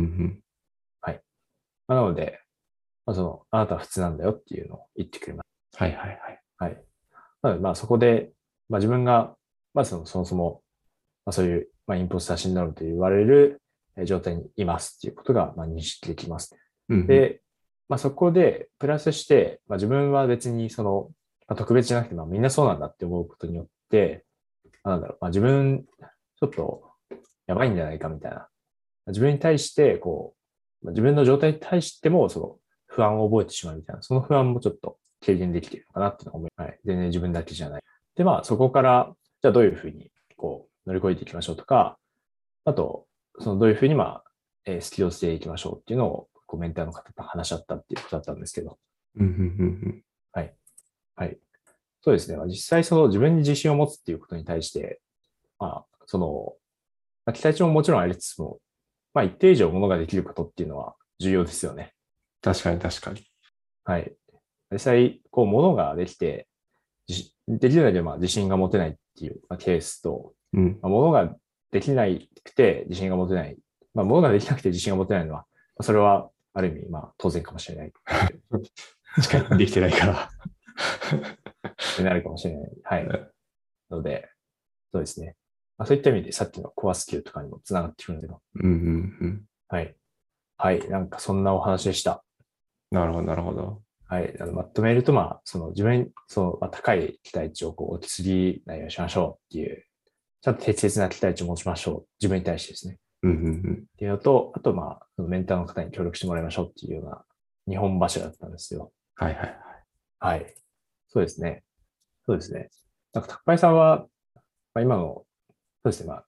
はい。まあ、なので、まあ、その、あなたは普通なんだよっていうのを言ってくれます。
はい、はい、はい。
はい。なので、まあそこで、まあ自分が、まずそのそもそも、まあそういう、まあインポスターシンドロームと言われるえー状態にいますっていうことが、まあ認識できます。
うん、
で、まあそこで、プラスして、まあ自分は別にその、まあ、特別じゃなくて、まあみんなそうなんだって思うことによって、まあなんだろう、まあ自分、ちょっとやばいんじゃないかみたいな。自分に対して、こう、まあ自分の状態に対しても、その不安を覚えてしまうみたいな、その不安もちょっと軽減できているのかなっていうのを思い、はい。全然自分だけじゃない。で、まあ、そこから、じゃあどういうふうに、こう、乗り越えていきましょうとか、あと、そのどういうふうに、まあ、えースキルをしていきましょうっていうのを、コメンターの方と話し合ったっていうことだったんですけど、
うん、うん、うん。
はい。はい。そうですね。まあ実際、その自分に自信を持つっていうことに対して、まあ、その、まあ、期待値ももちろんありつつも、まあ、一定以上ものができることっていうのは重要ですよね。
確かに、確かに。
はい。実際、こう、ものができて、じできるだけまあ自信が持てないっていう、まあ、ケースと、
うん。
まあ、ものができなくて自信が持てない。まあ、ものができなくて自信が持てないのは、まあそれはある意味、まあ、当然かもしれないっていう、
確かに、できてないから。
になるかもしれない。はい。ので、そうですね。まあ、そういった意味でさっきのコアスキルとかにもつながってくるんだけど、
うん、うん、うん。
はい。はい。なんかそんなお話でした。
なるほど、なるほど。
はい。あのまとめると、まあ、その自分、その、まあ、高い期待値をこう、落ちすぎないようにしましょうっていう、ちゃんと適切な期待値を持ちましょう。自分に対してですね。
うん、うん、うん。
っていうのと、あと、まあ、そのメンターの方に協力してもらいましょうっていうような日本柱だったんですよ。
はい、はい、はい。
はい。そうですね。そうですね。なんか、高井さんは、まあ、今の、そうですね。まあ、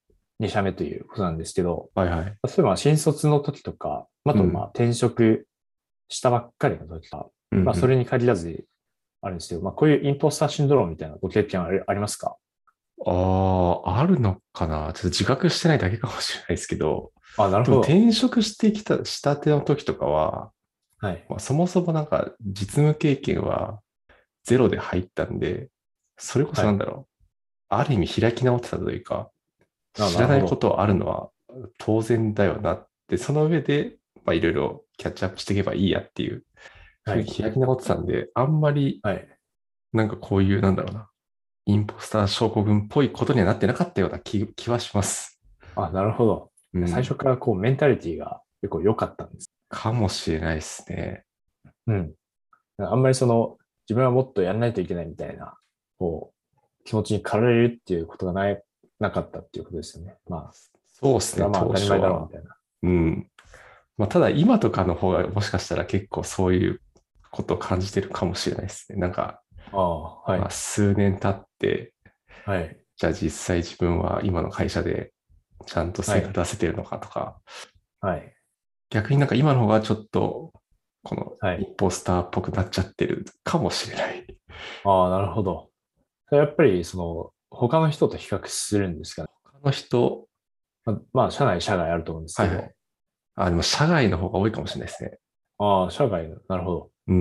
に社目ということなんですけど、
はいはい。
例えば新卒の時とか、あとまあ転職したばっかりの時とか、
うんうん。
まあそれに限らずあるんですけど、まあこういうインポスターシンドロームみたいなご経験ありありますか？
ああ、あるのかな。ちょっと自覚してないだけかもしれないですけど、
あ、なる
でも
ほど。
転職してきた、したての時とかは、
はい。
まあ、そもそもなんか実務経験はゼロで入ったんで、それこそ
はい。
なんだろう。ある意味開き直ってたというか、
あ、
知らないこ
なるほど。
とあるのは当然だよなって、その上で、まあいろいろキャッチアップしていけばいいやっていう、ふ
はい。
うに開き直ってたんで、あんまり
はい。
なんかこういうなんだろうな、インポスター症候群っぽいことにはなってなかったような気、気はします。
あ、なるほど。最初
うん。
からこうメンタリティが結構良かったんです。
かもしれないですね。
うん。あんまりその自分はもっとやんないといけないみたいな、こう、気持ちに駆られるっていうことがない、なかったっていうことですよね。まあ、
そうですね、
それはまあ当
当
たり前だろうみ
初は。
たいな。
うん。まあ、ただ今とかの方がもしかしたら結構そういうことを感じてるかもしれないですね。なんか、
ああ、は
まあ、
い。
数年経って、
はい。
じゃあ実際自分は今の会社でちゃんと成果
はい。
出せてるのかとか、
はい。
逆になんか今の方がちょっと、この
はい。
インポスターっぽくなっちゃってるかもしれない。
ああ、なるほど。それやっぱりその他の人と比較するんですかね。
他の人、
まあ、まあ社内、社外あると思うんですけど。
はいはい。あ、でも社外の方が多いかもしれないですね。
ああ、社外の、なるほど。
うん。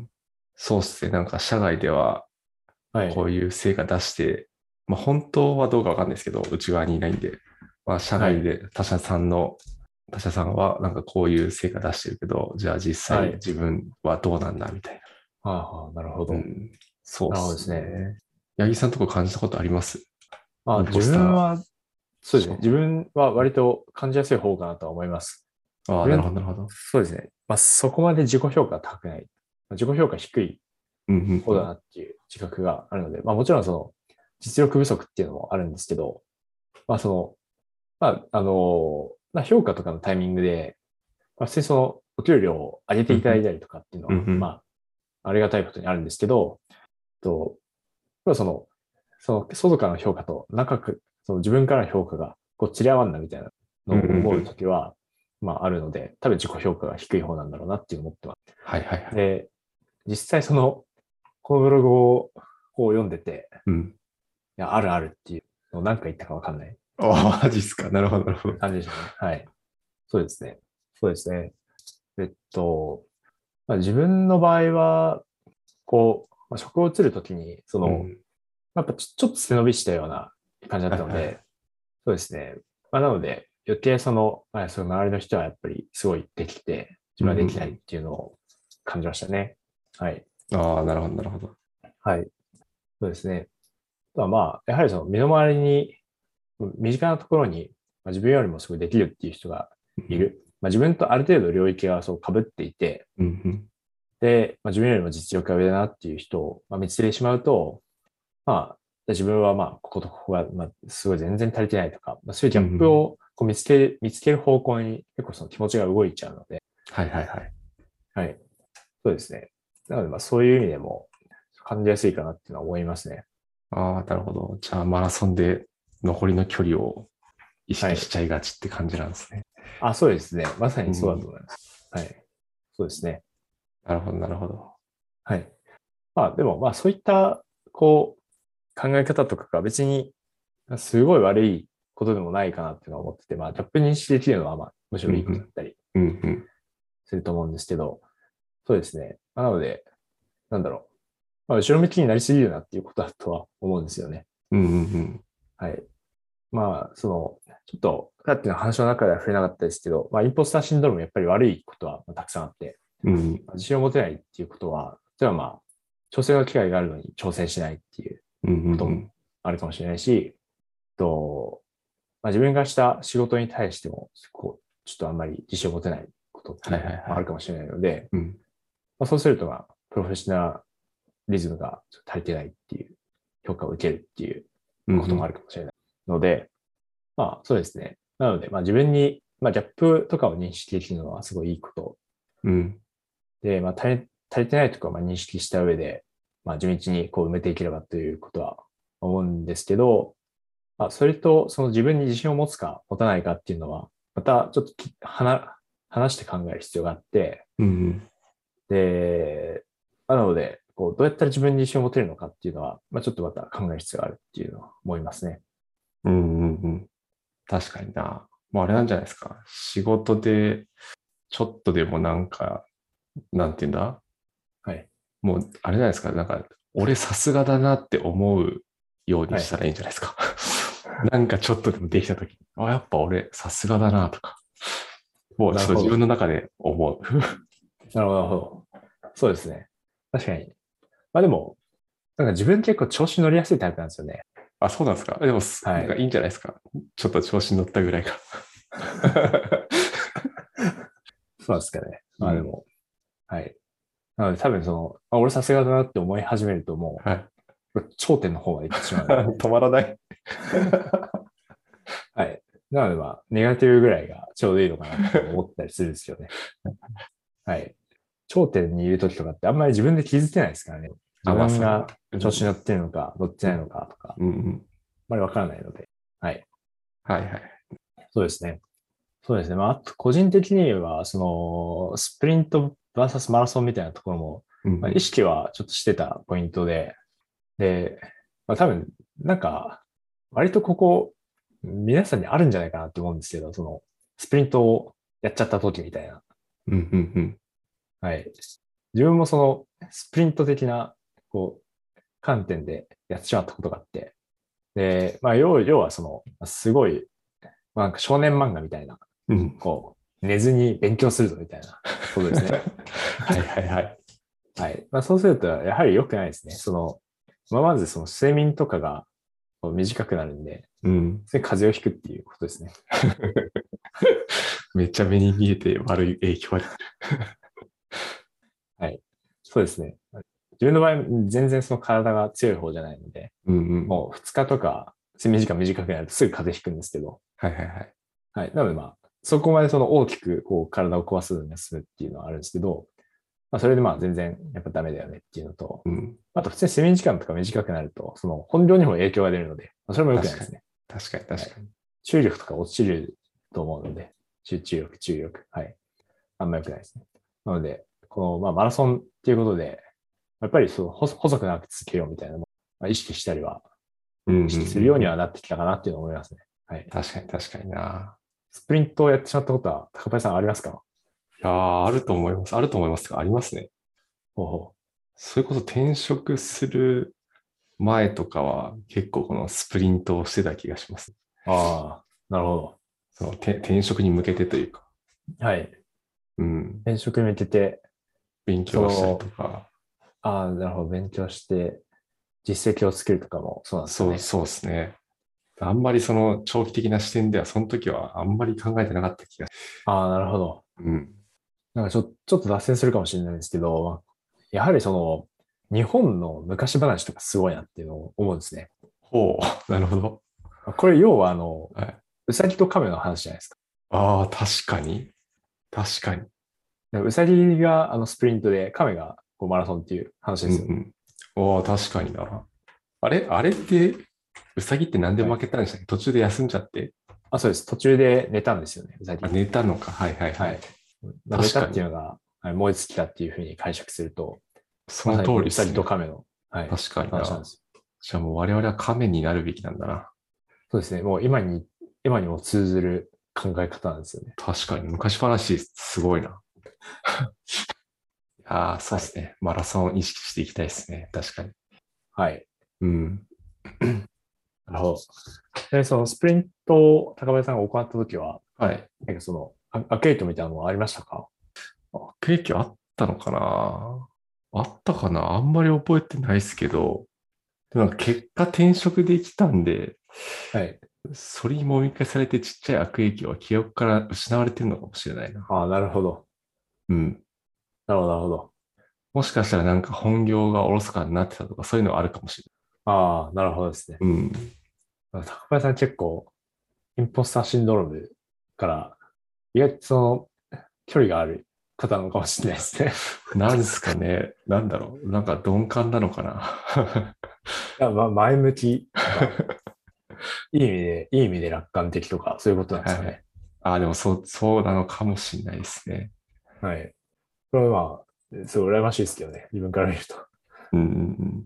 そうっすね。なんか社外では
はい。
こういう成果出して、まあ本当はどうかわかんないですけど、内側にいないんで、まあ社
はい。
外で他社さんの、他社さんはなんかこういう成果出してるけど、じゃあ実際
はい。
自分はどうなんだみたい
はあ、はあ、なるほ
な。う
ど。
ん。そうっ
なるほどで
す
すね。
ね。八木さんとこ感じたことあります？
まあ自
インポスター
分は、そうですね。自
症候
分は割と感じやすい方かなとは思います。
群。ああ、なるほ
自分、
ど、なるほど。
そうですね。まあそこまで自己評価高くない。自己評価低い
うん、うん、
方だ
うん。
なっていう自覚があるので、まあもちろんその実力不足っていうのもあるんですけど、まあその、まああの、まあ評価とかのタイミングで、まあ普通にそのお給料を上げて
うん、
いただいたりとかっていうの
うん、う
は、
ん。うん、
まあありがたいことにあるんですけど、と、まあその、その外からの評価と中く、その自分からの評価がこう散り合わんなみたいな
うん、
のを思う
うん。
ときは、まああるので、多分自己評価が低い方なんだろうなっていう思ってます。
はい、はい、はい。
で、実際その、このブログをこう読んでて、
うん。
いや、あるあるっていうのを何回言ったかわかんない
ああ、マジっすか。なるほど、なるほど。
感じでしたね。はい。そうですね。そうですね。えっと、まあ、自分の場合は、こう、まあ、職を移るときに、その、
うん。
やっぱちょちょっと背伸びしたような感じだっ
はい、はい。
たので、そうですね。まあ、なので、余計その、まあ、その周りの人はやっぱりすごいできて、自
うん、
分は
うん、う
できないっ
ん。
ていうのを感じましたね。はい。
ああ、なるほど、なるほど。
はい。そうですね。あとはまあ、やはりその身の回りに、身近なところに、まあ、自分よりもすごいできるっていう人が
うん、
いる。まあ、自分とある程度領域がそう被っていて、
うん、うん。
で、まあ、自分よりも実力が上だなっていう人を、まあ、見つけてしまうと、まあ、自分はまあ、こことここが、まあ、すごい全然足りてないとか、まあ、そういうギ
うん、
ャッ
うん。
プをこう見つけ、見つける方向に結構その気持ちが動いちゃうので、
はい、はい、はい。
はい。そうですね。なので、まあ、そういう意味でも感じやすいかなっていうのは思いますね。
ああ、なるほど。じゃあ、マラソンで残りの距離を意
はい。
識しちゃいがちって感じなんですね。
あ、そうですね。まさにそうだと
うん。
思います。はい。そうですね。
なるほど、なるほど。
はい。まあ、でも、まあ、そういった、こう、考え方とかが別に、すごい悪いことでもないかなっていうのは思ってて、まあ、ギャップ認識できるのは、まあ、むしろいいことだ
うん、
ったり
うん、うん、
すると思うんですけど、そうですね。まあなので、なんだろう。まあ、後ろ向きになりすぎるなっていうことだとは思うんですよね。
うん、うん、うん、
はい。まあ、その、ちょっと、さっきの話の中では触れなかったですけど、まあ、インポスターシンドロームやっぱり悪いことはたくさんあって、
うん、
自信を持てないっていうことは、例えばまあ、挑戦の機会があるのに挑戦しないっていう
うん、う
ことも
ん、
あるかもしれないし、と、まあ、自分がした仕事に対しても、こう、ちょっとあんまり自信を持てないことって
はい、
いうの
はい、はい。
もあるかもしれないので、
うん、
まあ、そうすると、まあ、プロフェッショナリズムが足りてないっていう評価を受けるっていう
うん、う
こともあ
ん、
るかもしれないので、まあ、そうですね。なので、まあ、自分に、まあ、ギャップとかを認識できるのはすごいいいこと
うん、
で、まあ、足り、足りてないところをまあ認識した上で、まあ、地道にこう埋めていければということは思うんですけど、 あ、それと、その自分に自信を持つか持たないかっていうのは、またちょっとき話話して考える必要があって、
うん
で、なので、こう、どうやったら自分に自信を持てるのかっていうのは、まあ、ちょっとまた考える必要があるっていうのは思いますね。
うん。うんうんうん。確かにな。もうあれなんじゃないですか。仕事で、ちょっとでもなんか、なんていうんだ
はい。
もう、あれじゃないですか。なんか、俺さすがだなって思うように
はい。
したらいいんじゃないですか。なんかちょっとでもできたときに、あ、やっぱ俺さすがだなとか、もうちょっと自分
なるほど。
の中で思う。
なるほど、なるほど。そうですね。確かに。まあでも、なんか自分結構調子乗りやすいタイプなんですよね。
あ、そうなんですか。でも、す
はい。
なんかいいんじゃないですか。ちょっと調子に乗ったぐらいか。
そうなんですかね。
うん。
まあでも、はい。なので多分その、あ、俺さすがだなって思い始めるとも
はい。
う、頂点の方まで行ってしまうんで。
止まらない。
はい。なのでまあ、ネガティブぐらいがちょうどいいのかなって思ったりするんですよね。はい。頂点にいるときとかってあんまり自分で気づけないですからね。自
あ、まあ、それは。
分が
うん。
調子に乗ってるのか、乗ってないのかとか、あん
うんうん。
まりわからないので。はい。
はいはい。
そうですね。そうですね。まあ、あと個人的には、その、スプリント ブイエス マラソンみたいなところも、まあ、意
うん
識はちょっとしてたポイントで、で、まあ、多分、なんか、割とここ、皆さんにあるんじゃないかなって思うんですけど、その、スプリントをやっちゃった時みたいな。
うん。うんうんうん。
はい。自分もその、スプリント的な、こう、観点でやってしまったことがあって、で、まあ、要要はその、すごい、まあ、なんか少年漫画みたいな、
うん。
こう、寝ずに勉強するぞみたいなことですね。
はいはいはい。
はい。まあ、そうすると、やはり良くないですね。その、まあ、まずその睡眠とかがこう短くなるんで、
うん。
それ風邪をひくっていうことですね。
めっちゃ目に見えて悪い影響が出て
はい。そうですね。自分の場合、全然その体が強い方じゃないので、
る。うんうん。
もうふつかとか睡眠時間短くなるとすぐ風邪ひくんですけど、
はいはいはい。
はい。なのでまあ、そこまでその大きくこう体を壊すのに進むっていうのはあるんですけど、まあ、それでまあ全然やっぱダメだよねっていうのと、
うん。
あと普通に睡眠時間とか短くなると、その本領にも影響が出るので、まあ、それも良くない
確かに。
ですね。
確かに
はい。
確かに。
注意力とか落ちると思うので、集中力、注意力。はい。あんま良くないですね。なので、この、まあ、マラソンっていうことで、やっぱりそう、細細く長く続けようみたいなのも、まあ、意識したりは、
うんうんうん
意識するように
うん。
はなってきたかなっていうのを思いますね。はい。
確かに確かにな。
スプリントをやってしまったことは、高林さんありますか？
いやー、あると思います。あると思いますが、ありますね。
ほうほ
それこそ転職する前とかは結構このスプリントをしてた気がします。
う。ああ、なるほ
そのて転職に向けてというか、
ど。はい。
うん、
転職に向けて、
勉
そ
強したりと
の、
か、
ああ、なるほど、勉強して、実績を作るとかもそうなんですかね。
そうそうですね。あんまりその長期的な視点では、その時はあんまり考えてなかった気が。
ああ、なるほど。
うん。
なんかちょ、ちょっと脱線するかもしれないんですけど、やはりその、日本の昔話とかすごいなっていうのを思うんですね。
ほう、なるほど。
これ要はあの、
はい。
うさぎと亀の話じゃないですか。
ああ、確かに。確かに。
でうさぎがあのスプリントで亀がこうマラソンっていう話ですよね。
うんうん。おー、確かにな。あれあれって、ウサギってなんで
はい。
負けたんでしたっけ？途中で休んじゃって。
あ、そうです。途中で寝たんですよね、うさ
あ、
ぎ。
寝たのか。はいはいはい。
はい。まあ、寝た
確かに。
っていうのが、はい、燃え尽きたっていうふうに解釈すると、
その通
まさにこのうさぎと
りですね。
亀の、はい、
確かにな。
話なんですよ。
じゃあもう我々は亀になるべきなんだな。
そうですね。もう今に、今にも通ずる考え方なんですよね。
確かに。昔話すごいな。ああ、そう
はい。
ですね。マラソン意識していきたいですね。確かに。
はい。
うん。
なるほど。で、そのスプリントを高林さんが行ったときは、
はい。
なんかその、アアクエイトみたいなのはありましたか？
悪影響あったのかな？あったかな？あんまり覚えてないですけど、でも結果転職できたんで、
はい。
それにもみ消されてちっちゃい悪影響は記憶から失われてるのかもしれないな。
ああ、なるほど。
うん。
なるほど、なるほど。
もしかしたらなんか本業がおろそかになってたとかそういうのはあるかもしれ
ああ、なるほどですね。
ない。うん。
高林さん結構、インポスターシンドロームから、意外とその、距離がある方なのかもしれないですね。
なんすかね。なんだろう。なんか鈍感なのかな。
いや、ま、前向きとか、 いい意味で、いい意味で楽観的とか、そういうことなんですかね。
はいはい。ああ、でもそう、そうなのかもしれないですね。
はい。これはまあ、すごい羨ましいですけどね。自分から見ると。
うんうんうん。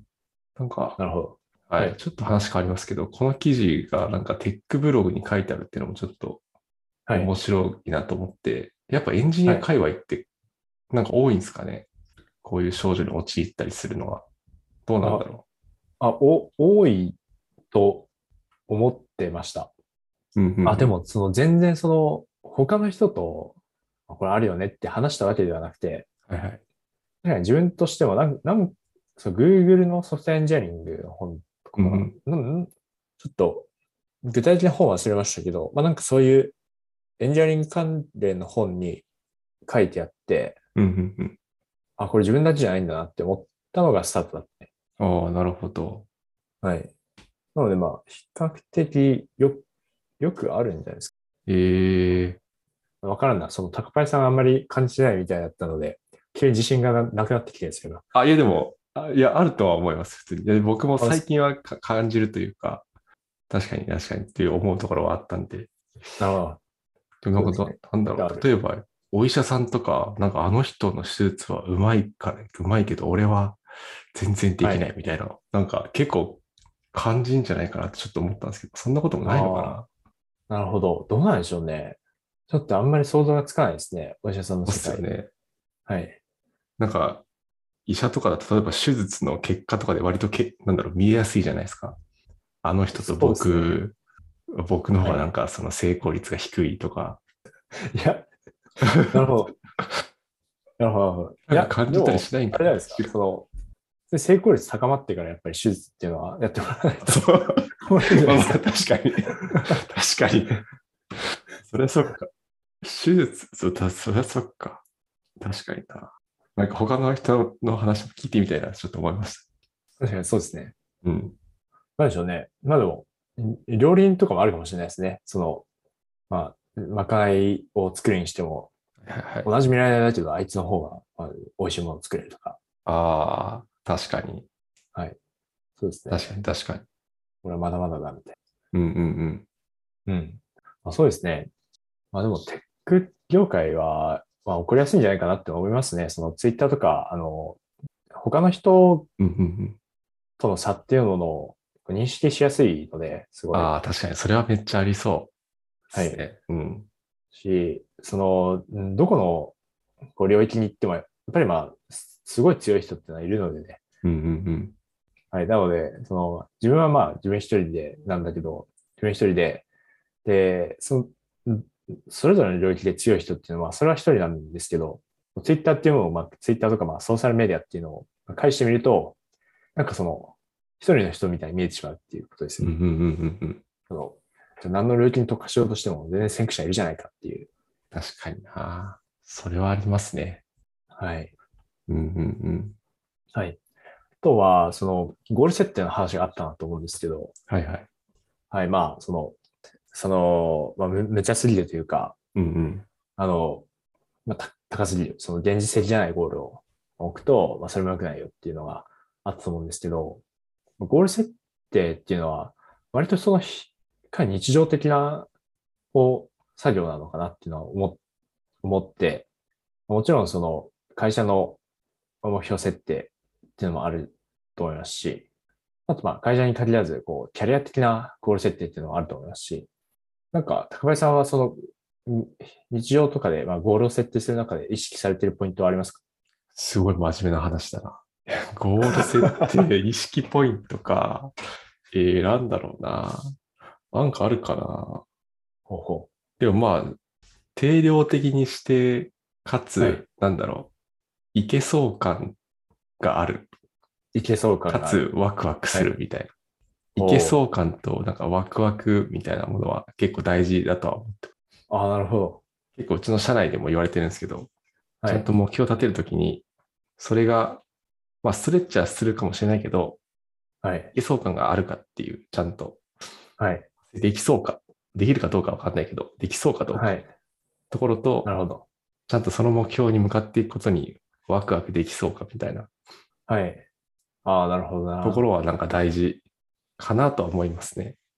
なんか、
なるほど。
はい。
はい。
ちょっと話変わりますけど、この記事がなんかテックブログに書いてあるっていうのもちょっと
はい。
面白いなと思って、やっぱエンジニア
はい。
界隈ってなんか多いんですかね。こういう症状に陥ったりするのは。どうなんだ
あ、
ろ
あ、お、多いと思ってました。
う。うんうんう
あ、で
ん。
も、その全然その、他の人と、あこれあるよねって話したわけではなくて、
はいはい。
確かに自分としても、なん、なん、そう、Google のソフトウェアエンジニアリングの本とかも
うんうん。
な、なん、ちょっと、具体的な本は忘れましたけど、まあなんかそういうエンジニアリング関連の本に書いてあって、
うんうんうん。
あ、これ自分だけじゃないんだなって思ったのがスタートだったね。
ああ、なるほど。
はい。なのでまあ、比較的よ、よくあるんじゃないです
ええ、
か。わからんな。その高パイさんあんまり感じてないみたいだったので、急に自信がななくなってきてるんですけど。
あ、いやでも、あ、いや、あるとは思います。普通に。いや、僕も
あ、
最近はか感じるというか、確かに確かにっていう思うところはあったんで。
なるほど。
でもなんか
そうですね。
な、なんだろう。
がある。
例えば、お医者さんとか、なんかあの人の手術はうまいから、うまいけど、俺は全然できな
はい。
いみたいな。なんか結構肝心じゃないかなってちょっと思ったんですけど、そんなこともないのか
ああ、
な。
なるほど。どうなんでしょうね。ちょっとあんまり想像がつかないですね。お医者さんの
そうっ
世界。
すよね。
はい。
なんか、医者とかだと、例えば手術の結果とかで割とけ、なんだろう、見えやすいじゃないですか。あの人と
そうですね。
僕、僕の方
はい。
がなんかその成功率が低いとか、
いや、なるほど。なるほど。なるほどい
なんか
や、
感じたり
でも、
しないんかな。
あれじゃないですか。その、で成功率高まってからやっぱり手術っていうのはやってもらわないと
そう。
困るんじゃな
まあまあ、
いですか。
確かに。確かに。それはそっか。手術、そうだ、それはそっか。確かにな。なんか他の人の話も聞いてみたいな、ちょっと思いました。
確かにそうですね。
うん。
なんでしょうね。まあでも、ん料理人とかもあるかもしれないですね。その、まあ、まかないを作るにしても、
はいはい。
同じ未来だけど、あいつの方が、まあ、美味しいものを作れるとか。
ああ、確かに。
はい。そうですね。
確かに確かに。
これはまだまだだ、みたい
うんうん
な。うん。まあ、そうですね。まあでも、テック業界は、まあ、起こりやすいんじゃないかなって思いますね。そのツイッターとか、あの、他の人
うん。うんうんうん。
との差っていうのの認識しやすいので、すごい。
ああ、確かに。それはめっちゃありそうで
はい。
すね。うん。
し、その、んどこのこう領域に行っても、やっぱりまあ、すすごい強い人ってのはいるのでね。
うんうんうん。
はい。なので、その、自分はまあ、自分一人でなんだけど、自分一人で、で、その、んそれぞれの領域で強い人っていうのは、それは一人なんですけど、ツイッターっていうのを、まあ、ツイッターとかまあ、ソーシャルメディアっていうのを返してみると、なんかその、一人の人みたいに見えてしまうっていうことですよね。
うんうんうんうんうん。
その、じゃあ何の領域に特化しようとしても全然先駆者いるじゃないかっていう。
確かにな。それはありますね。
はい。
うんうんうん。
はい。あとは、その、ゴール設定の話があったなと思うんですけど、
はいはい。
はい。まあ、その、その、まあ、む、無茶すぎるというか、
うんうん。
あの、まあ、た高すぎる。その現実的じゃないゴールを置くと、まあ、それも良くないよっていうのがあったと思うんですけど、ゴール設定っていうのは、割とそのひ、かなり日常的な、こう、作業なのかなっていうのは思、思って、もちろんその会社の目標設定っていうのもあると思いますし、あとまあ会社に限らず、こう、キャリア的なゴール設定っていうのもあると思いますし、なんか、高林さんはその、ん日常とかで、まあ、ゴールを設定する中で意識されているポイントはありますか？
すごい真面目な話だな。ゴール設定、意識ポイントか。えー、なんだろうな。なんかあるかな。
ほうほ
でもまあ、定量的にして、か
う。はい。
つ、なんだろう。いけそう感がある。
いけそう感
かつ、
がある。
ワクワク
はい。
するみたいな。いけ
おー。
そう感と、なんかワクワクみたいなものは結構大事だとは思って。
ああ、なるほど。
結構うちの社内でも言われてるんですけど、ちゃんと
はい。
目標を立てるときに、それが、まあ、ストレッチはするかもしれないけど、
はい。
いけそう感があるかっていう、ちゃんと、
はい。
できそうか、できるかどうかわかんないけど、できそうかどうか、
はい。
ところと、
なるほど。
ちゃんとその目標に向かっていくことにワクワクできそうかみたいな
はい。ああ、なるほど
ところ
な。
はなんか大事かなとは思いますね。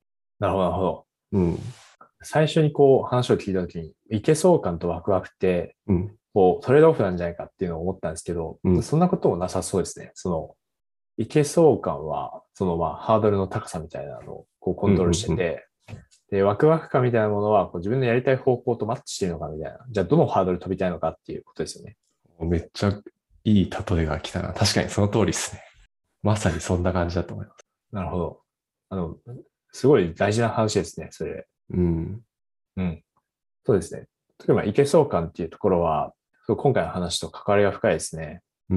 なるほど、なるほど。
うん。
最初にこう話を聞いたときに、いけそう感とワクワクって、
うん。
こうトレードオフなんじゃないかっていうのを思ったんですけど、
うん。
そんなこともなさそうですね。その、いけそう感は、そのまあハードルの高さみたいなのをこうコ
うん。
ントロール
うん。
してて、で、ワクワク感みたいなものはこう自分のやりたい方向とマッチしているのかみたいな。じゃあどのハードル飛びたいのかっていうことですよね。
うん。めっちゃいい例えが来たな。確かにその通りですね。まさにそんな感じだと思います。
なるほど。あの、すごい大事な話ですね、それ。
うん。
うん。そうですね。例えば、いけそう感っていうところは、そう今回の話と関わりが深いですね。
うん。うん。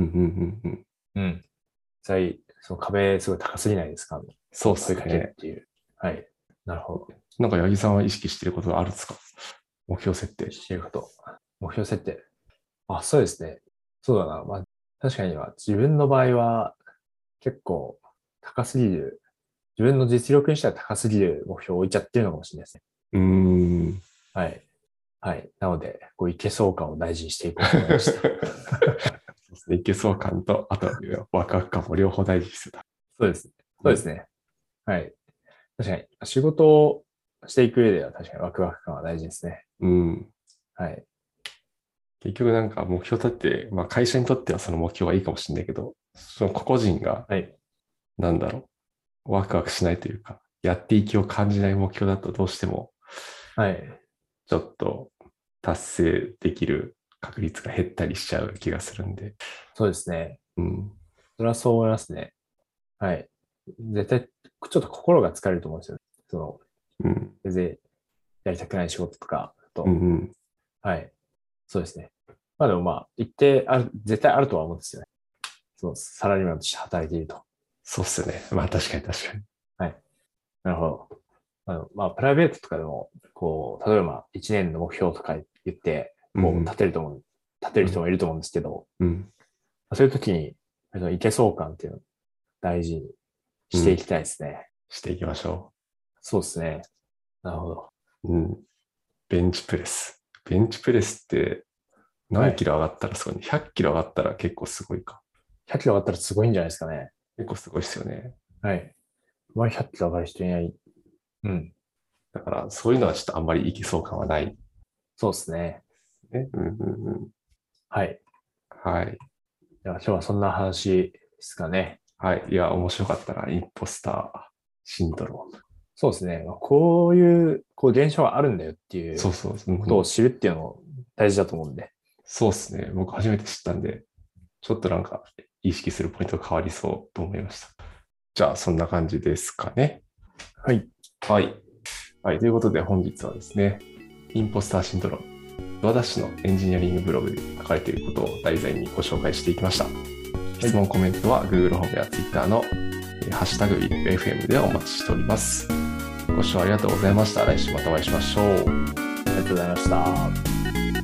うん。うん。
うん。在、その壁すごい高すぎないですか？
そうっ
問いかける
すね。
っていう。はい。なるほど。
なんか八木さんは意識してることがあるんですか？目標設定。
していること。目標設定。あ、そうですね。そうだな。まあ、確かには、自分の場合は、結構高すぎる、自分の実力にしては高すぎる目標を置いちゃってるのかもしれないですね。
うーん。
はい。はい。なので、こう、いけそう感を大事にしていこうと思いました。
そうですね。いけそう感と、あと、ワクワク感も両方大事ですよ。
そうですね。
うん。
そうですね。はい。確かに、仕事をしていく上では確かにワクワク感は大事ですね。
うん。
はい。
結局なんか目標立って、まあ会社にとってはその目標はいいかもしれないけど、その個々人が、
はい。
なんだろう、ワクワクしないというか、やっていきを感じない目標だとどうしても、
はい。
ちょっと達成できる確率が減ったりしちゃう気がするんで。
そうですね。
うん。
それはそう思いますね。はい。絶対、ちょっと心が疲れると思うんですよね。その、
うん。
全然やりたくない仕事とかと。
うんうん。
はい。そうですね。まあでもまあ、一定ある、絶対あるとは思うんですよね。その、サラリーマンとして働いていると。
そうっすよね。まあ確かに確かに。
はい。なるほど。あの、まあ、プライベートとかでも、こう、例えばいちねんの目標とか言って、こう、
うん
立てると思う、立てる人
うん。
もいると思うんですけど、
うん。
そういう時に、あのいけそう感っていうのを大事に
うん。
していきたいですね。
していきましょ
そうですね。なるほど。
う。うん。ベンチプレス。ベンチプレスって
はい。
何キロ上がったらすごいね。ひゃっキロ上がったら結構すごいか。
ひゃっキロ上がったらすごいんじゃないですかね。
結構すごいですよね。
はい。まあ、ひゃっキロ上がる人いない。うん。
だからそういうのはちょっとあんまりいけそう感はない
そうですね。
ね。うんうんうん。
はい。
はい。
では今日はそんな話ですかね。
はい。いや、面白かったな。インポスターシンドローム。
そうですね。まあこういう、こう、現象があるんだよっていう
そうそう。うんうん、
ことを知るっていうのも大事だと思うんで。
そうですね。僕初めて知ったんで、ちょっとなんか意識するポイントが変わりそうと思いました。じゃあ、そんな感じですかね。
はい。
はい。はい。ということで本日はですね、インポスターシンドローム、ドアダッシュのエンジニアリングブログで書かれていることを題材にご紹介していきました。質問、コメントは Google ホームや Twitter のハッシュタグ ウィークエフエム でお待ちしております。ご視聴ありがとうございました。来週またお会いしましょう。
ありがとうございました。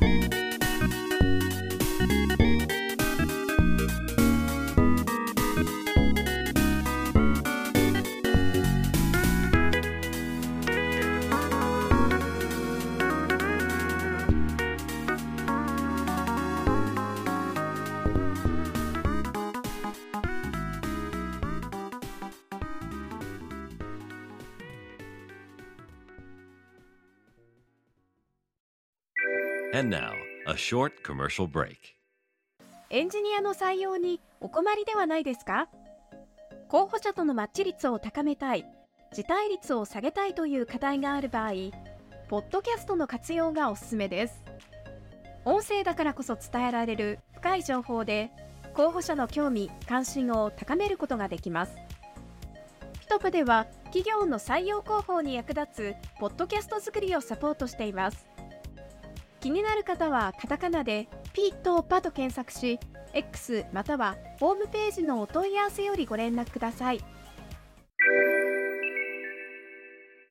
And now, a short commercial break.
エンジニアの採用にお困りではないですか？候補者とのマッチ率を高めたい、辞退率を下げたいという課題がある場合、ポッドキャストの活用がおすすめです。音声だからこそ伝えられる深い情報で、候補者の興味・関心を高めることができます。ピトプでは企業の採用広報に役立つポッドキャスト作りをサポートしています。気になる方はカタカナでピーとパと検索し、X またはホームページのお問い合わせよりご連絡ください。